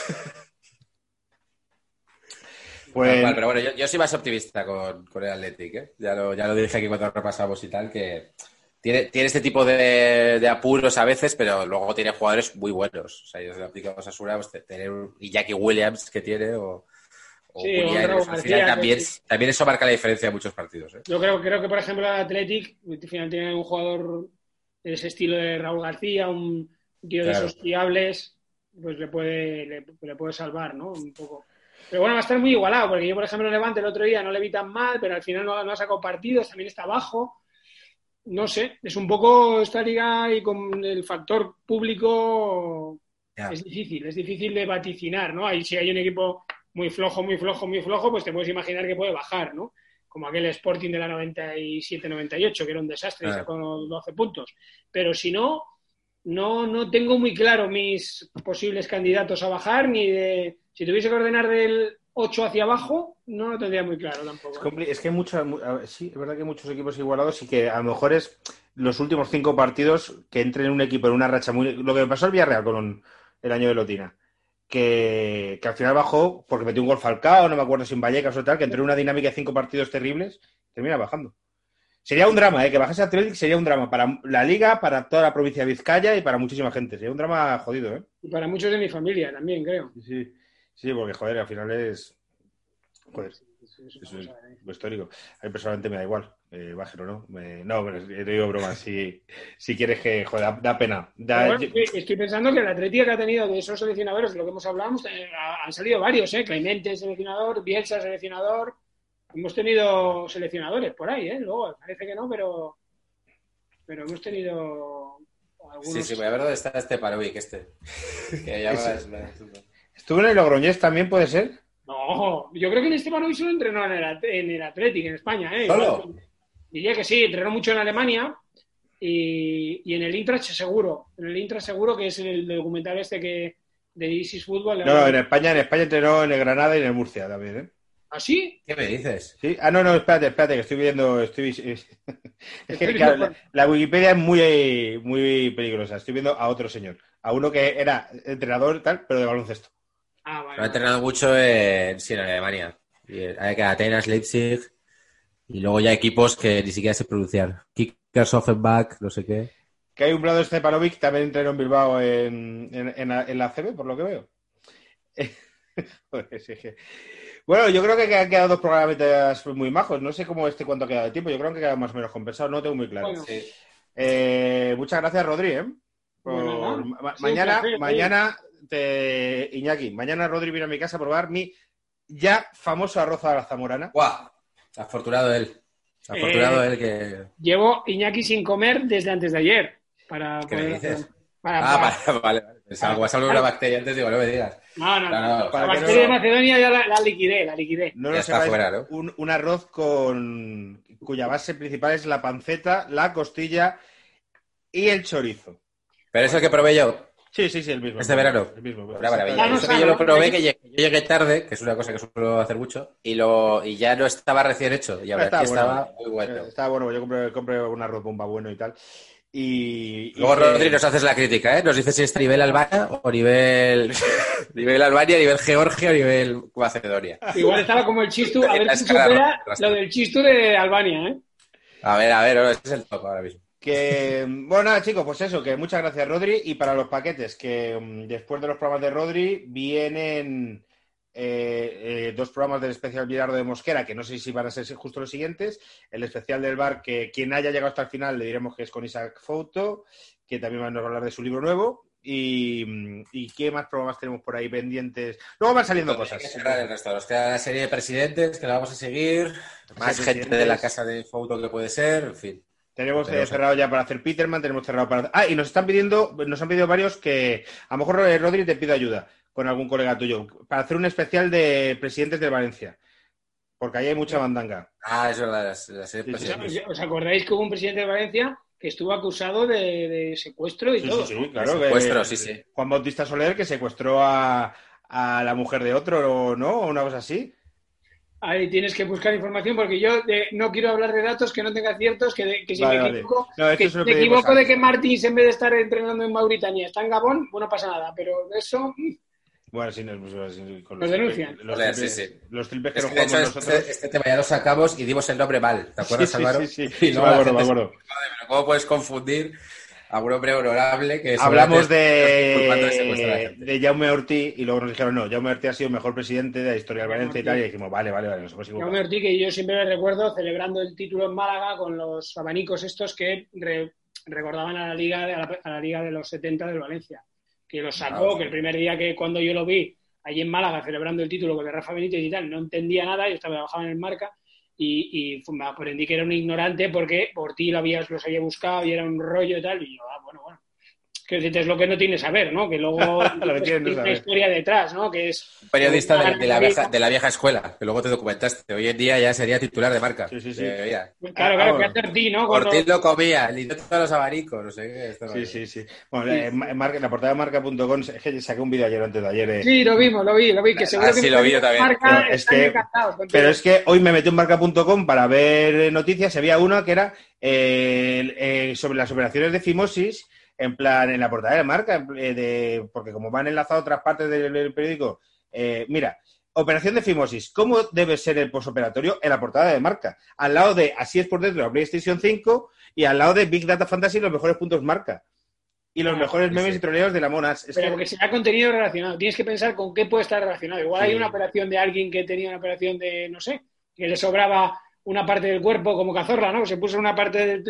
Pues... Normal, pero bueno, yo soy más optimista con el Athletic, ¿eh? Ya lo dije aquí cuando repasamos y tal, que tiene este tipo de apuros a veces, pero luego tiene jugadores muy buenos. O sea, yo se lo aplico a Osasuna, pues tener un Iñaki Williams que tiene o Julián, al final también eso marca la diferencia en muchos partidos, ¿eh? Yo creo que, por ejemplo, el Athletic al final tiene un jugador de ese estilo de Raúl García, un tío de esos fiables, pues le puede salvar, ¿no? Un poco. Pero bueno, va a estar muy igualado, porque yo, por ejemplo, en Levante el otro día no le vi tan mal, pero al final no ha sacado partidos, también está abajo. No sé, es un poco esta liga y con el factor público es difícil de vaticinar, ¿no? Ahí si hay un equipo muy flojo, pues te puedes imaginar que puede bajar, ¿no? Como aquel Sporting de la 97-98, que era un desastre y sacó 12 puntos. Pero si no tengo muy claro mis posibles candidatos a bajar, ni de... Si tuviese que ordenar del 8 hacia abajo, no lo tendría muy claro tampoco. Es que hay sí, es verdad que hay muchos equipos igualados y que a lo mejor es los últimos 5 partidos que entren un equipo en una racha muy... Lo que me pasó al Villarreal con el año de Lotina, que al final bajó porque metió un gol Falcao, no me acuerdo si en Vallecas o tal, que entró en una dinámica de 5 partidos terribles, termina bajando. Sería un drama, que bajase Athletic sería un drama para la Liga, para toda la provincia de Vizcaya y para muchísima gente. Sería un drama jodido, ¿eh? Y para muchos de mi familia también, creo. Sí, porque, joder, al final es... Joder, eso es lo histórico. A mí personalmente me da igual, bajen o no. No, pero te digo broma, si quieres que... Joder, da pena. Estoy pensando que la Atlética que ha tenido de esos seleccionadores, de lo que hemos hablado, han salido varios, ¿eh? Clemente, seleccionador, Bielsa, seleccionador... Hemos tenido seleccionadores por ahí, ¿eh? Luego, parece que no, pero hemos tenido algunos... Sí, voy a ver dónde está este Parovic, que ya ¿Estuvo en el Logroñés también, puede ser? No, yo creo que en Stepanovic solo entrenó en el Athletic, en España, ¿eh? ¿Solo? Diría que sí, entrenó mucho en Alemania y en el Eintracht seguro. En el Eintracht seguro, que es el documental de Isis Fútbol. No, en España entrenó en el Granada y en el Murcia también, ¿eh? ¿Ah, sí? ¿Qué me dices? ¿Sí? No, espérate, que estoy viendo... Es que claro, la Wikipedia es muy, muy peligrosa. Estoy viendo a otro señor. A uno que era entrenador tal, pero de baloncesto. Ah, vale. Ha entrenado mucho en Alemania. Hay que Atenas, Leipzig y luego ya equipos que ni siquiera se pronuncian. Kickers, Offenbach, no sé qué. Que hay un Vlado Stepanovic, también entrenó en Bilbao en la CB, por lo que veo. Bueno, yo creo que han quedado 2 programas muy majos. No sé cuánto ha quedado de tiempo. Yo creo que ha quedado más o menos compensado. No lo tengo muy claro. Bueno. Sí. Muchas gracias, Rodri, ¿eh? Mañana Iñaki, mañana Rodri viene a mi casa a probar mi ya famoso arroz a la zamorana. ¡Guau! Afortunado él. Afortunado él que... Llevo Iñaki sin comer desde antes de ayer. ¿Qué me dices? Vale. Es algo una bacteria antes, digo, no me digas. No. La bacteria de Macedonia ya la liquidé. No, ya está fuera, ¿no? Un arroz cuya base principal es la panceta, la costilla y el chorizo. Pero es el que probé yo. Sí, el mismo. Este verano. El mismo. Una maravilla. Ya no Eso que sabe, yo lo ¿no? probé, que yo llegué tarde, que es una cosa que suelo hacer mucho, y ya no estaba recién hecho. Y ahora Está aquí bueno. estaba muy bueno. Está bueno, yo compré un arroz bomba bueno y tal. Y Luego, hice... Rodri, nos haces la crítica, ¿eh? Nos dice si está a nivel Albania o nivel... nivel Albania, nivel Georgia o nivel Macedonia. Igual estaba como el chistu, a ver si supera lo del chistu de Albania, ¿eh? A ver, ese es el top ahora mismo. Bueno, nada, chicos, pues eso, que muchas gracias, Rodri. Y para los paquetes, que después de los programas de Rodri vienen 2 programas del especial Bilardo de Mosquera, que no sé si van a ser justo los siguientes. El especial del bar, que quien haya llegado hasta el final le diremos que es con Isaac Fouto, que también nos va a hablar de su libro nuevo. ¿Y qué más programas tenemos por ahí pendientes? Luego van saliendo cosas. El resto. Nos queda la serie de presidentes, que la vamos a seguir. Más gente de la casa de Fouto que puede ser, en fin. Tenemos cerrado ya para hacer Peterman, tenemos cerrado para... y nos han pedido varios que... A lo mejor, Rodri, te pido ayuda con algún colega tuyo, para hacer un especial de presidentes de Valencia, porque ahí hay mucha mandanga. Es verdad, la serie de presidentes. ¿Os acordáis que hubo un presidente de Valencia que estuvo acusado de secuestro y todo? Sí, claro. Secuestro, sí. Juan Bautista Soler, que secuestró a la mujer de otro, ¿no? O una cosa así. Ahí tienes que buscar información porque yo no quiero hablar de datos que no tenga ciertos, que si me equivoco, me equivoco de que Martins, en vez de estar entrenando en Mauritania, está en Gabón, bueno, no pasa nada, pero eso... Bueno, sí, con los denuncian. Los triples que es nos que de jugamos hecho, nosotros... Este tema ya lo sacamos y dimos el nombre mal, ¿te acuerdas, Álvaro? Sí, y no, me acuerdo. ¿Cómo puedes confundir a un hombre honorable que... Hablamos de Jaume Ortí y luego nos dijeron, no, Jaume Ortí ha sido el mejor presidente de la historia del Valencia y tal, y dijimos, vale, nos hemos equivocado. Jaume Ortí, que yo siempre le recuerdo celebrando el título en Málaga con los abanicos estos que recordaban a la liga de los 70 del Valencia, que lo sacó, que el primer día que cuando yo lo vi allí en Málaga celebrando el título con Rafa Benítez y tal, no entendía nada, yo trabajaba en el Marca y me aprendí que era un ignorante porque Ortí los había buscado y era un rollo y tal, y yo, bueno. Que es lo que no tienes que saber, ¿no? Que luego hay una historia detrás, ¿no? Que es un periodista de la vieja escuela, que luego te documentaste. Hoy en día ya sería titular de Marca. Sí. Claro, que hace Ortiz, ¿no? Ortiz lo comía, el intento de los abanicos, no sé qué. Sí. Bueno, en la portada de marca.com, es que saqué un vídeo antes de ayer. Sí, lo vi, que seguro que lo vi yo también. Marca están encantados. Pero es que hoy me metí en marca.com para ver noticias, había una que era sobre las operaciones de fimosis, en plan, en la portada de Marca, porque como van enlazados otras partes del periódico, mira, operación de fimosis, ¿cómo debe ser el posoperatorio? En la portada de Marca, al lado de Así es por dentro de la PlayStation 5 y al lado de Big Data Fantasy, los mejores puntos Marca. Y los mejores memes y troleos de la Monas. Porque será contenido relacionado. Tienes que pensar con qué puede estar relacionado. Igual hay una operación de alguien que tenía una operación de, no sé, que le sobraba una parte del cuerpo como Cazorla, ¿no? Se puso una parte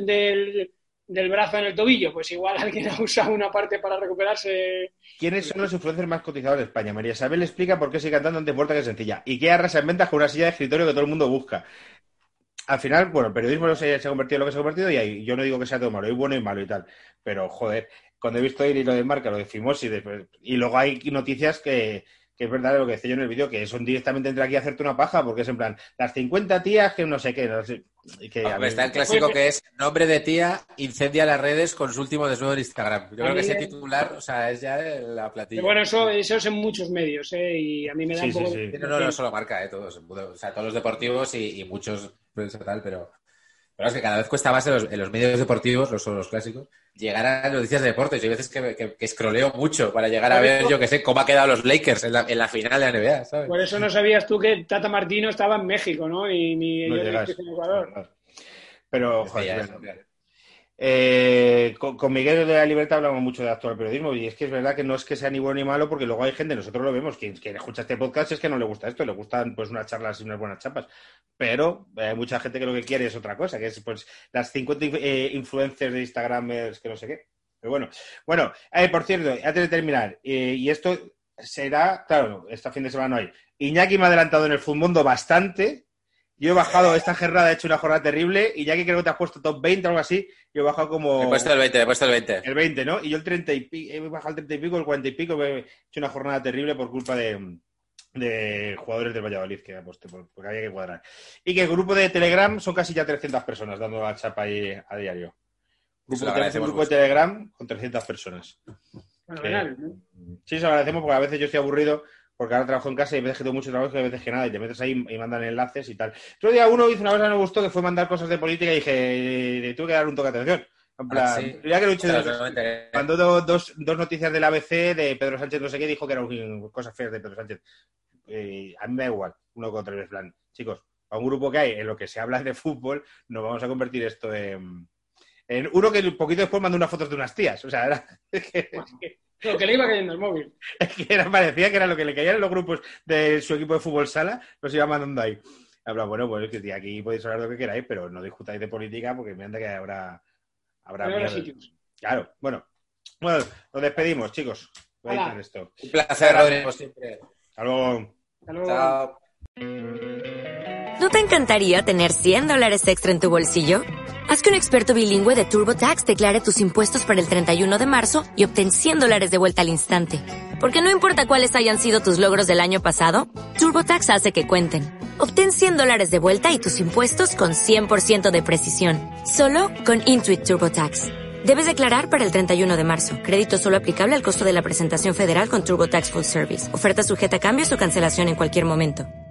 del brazo en el tobillo, pues igual alguien ha usado una parte para recuperarse. ¿Quiénes son los influencers más cotizados de España? María Isabel explica por qué sigue cantando antes muerta que sencilla. ¿Y qué arrasa en ventas con una silla de escritorio que todo el mundo busca? Al final, bueno, el periodismo se ha convertido en lo que se ha convertido y ahí yo no digo que sea todo malo, hay bueno y malo y tal, pero joder, cuando he visto ir lo de Marca, lo de fimosis, y luego hay noticias que es verdad lo que decía yo en el vídeo, que son directamente entre aquí a hacerte una paja, porque es en plan, las 50 tías que no sé qué. No sé, está el clásico que es nombre de tía incendia las redes con su último desnudo en Instagram. Yo creo que ese titular, o sea, es ya la platilla. Pero bueno, eso es en muchos medios, y a mí me da un poco... Sí. No solo Marca, todos. O sea, todos los deportivos y muchos, tal, pero es que cada vez cuesta más en los medios deportivos, los clásicos, llegar a noticias de deportes. Yo hay veces que scrolleo mucho para llegar a ver, yo que sé, cómo ha quedado los Lakers en la final de la NBA, ¿sabes? Por eso no sabías tú que Tata Martino estaba en México, ¿no? Ni no yo en Ecuador. Pero, joder, con Miguel de la Libertad hablamos mucho de actual periodismo y es que es verdad que no es que sea ni bueno ni malo porque luego hay gente, nosotros lo vemos, quien escucha este podcast es que no le gusta esto, le gustan pues unas charlas y unas buenas chapas, pero hay mucha gente que lo que quiere es otra cosa, que es pues las 50 influencers de Instagramers que no sé qué. Pero bueno, por cierto, antes de terminar, y esto será, claro, este fin de semana no hay. Iñaki me ha adelantado en el Futmundo bastante. Yo he bajado esta jornada, he hecho una jornada terrible, y ya que creo que te has puesto top 20 o algo así, yo he bajado como... He puesto el 20. El 20, ¿no? Y yo el 30 y pico, he bajado el 30 y pico, el 40 y pico, he hecho una jornada terrible por culpa de jugadores del Valladolid que he puesto, porque había que cuadrar. Y que el grupo de Telegram son casi ya 300 personas dando la chapa ahí a diario. Grupo de Telegram con 300 personas. Fenomenal, ¿no? Sí, se lo agradecemos porque a veces yo estoy aburrido porque ahora trabajo en casa y hay veces que tengo mucho trabajo y hay veces que nada y te metes ahí y mandan enlaces y tal. Otro día uno hizo una cosa que me gustó que fue mandar cosas de política y dije, le tuve que dar un toque de atención. En plan, sí. ya que lo he dicho, mandó dos noticias del ABC de Pedro Sánchez, no sé qué, dijo que eran cosas feas de Pedro Sánchez. A mí me da igual, uno contra el plan. Chicos, a un grupo que hay en lo que se habla de fútbol, nos vamos a convertir esto en uno que un poquito después mandó unas fotos de unas tías. O sea, era... Lo que le iba cayendo el móvil. Es que parecía que era lo que le caían en los grupos de su equipo de fútbol sala, los iba mandando ahí. Habla, bueno, pues es que aquí podéis hablar lo que queráis, pero no discutáis de política porque me anda que habrá sitios. Claro, bueno, nos despedimos, chicos. Voy a editar esto. Un placer, Rodrigo, siempre. Hasta luego. Hasta luego. Chao. ¿No te encantaría tener $100 extra en tu bolsillo? Haz que un experto bilingüe de TurboTax declare tus impuestos para el 31 de marzo y obtén $100 de vuelta al instante. Porque no importa cuáles hayan sido tus logros del año pasado, TurboTax hace que cuenten. Obtén $100 de vuelta y tus impuestos con 100% de precisión. Solo con Intuit TurboTax. Debes declarar para el 31 de marzo. Crédito solo aplicable al costo de la presentación federal con TurboTax Full Service. Oferta sujeta a cambios o cancelación en cualquier momento.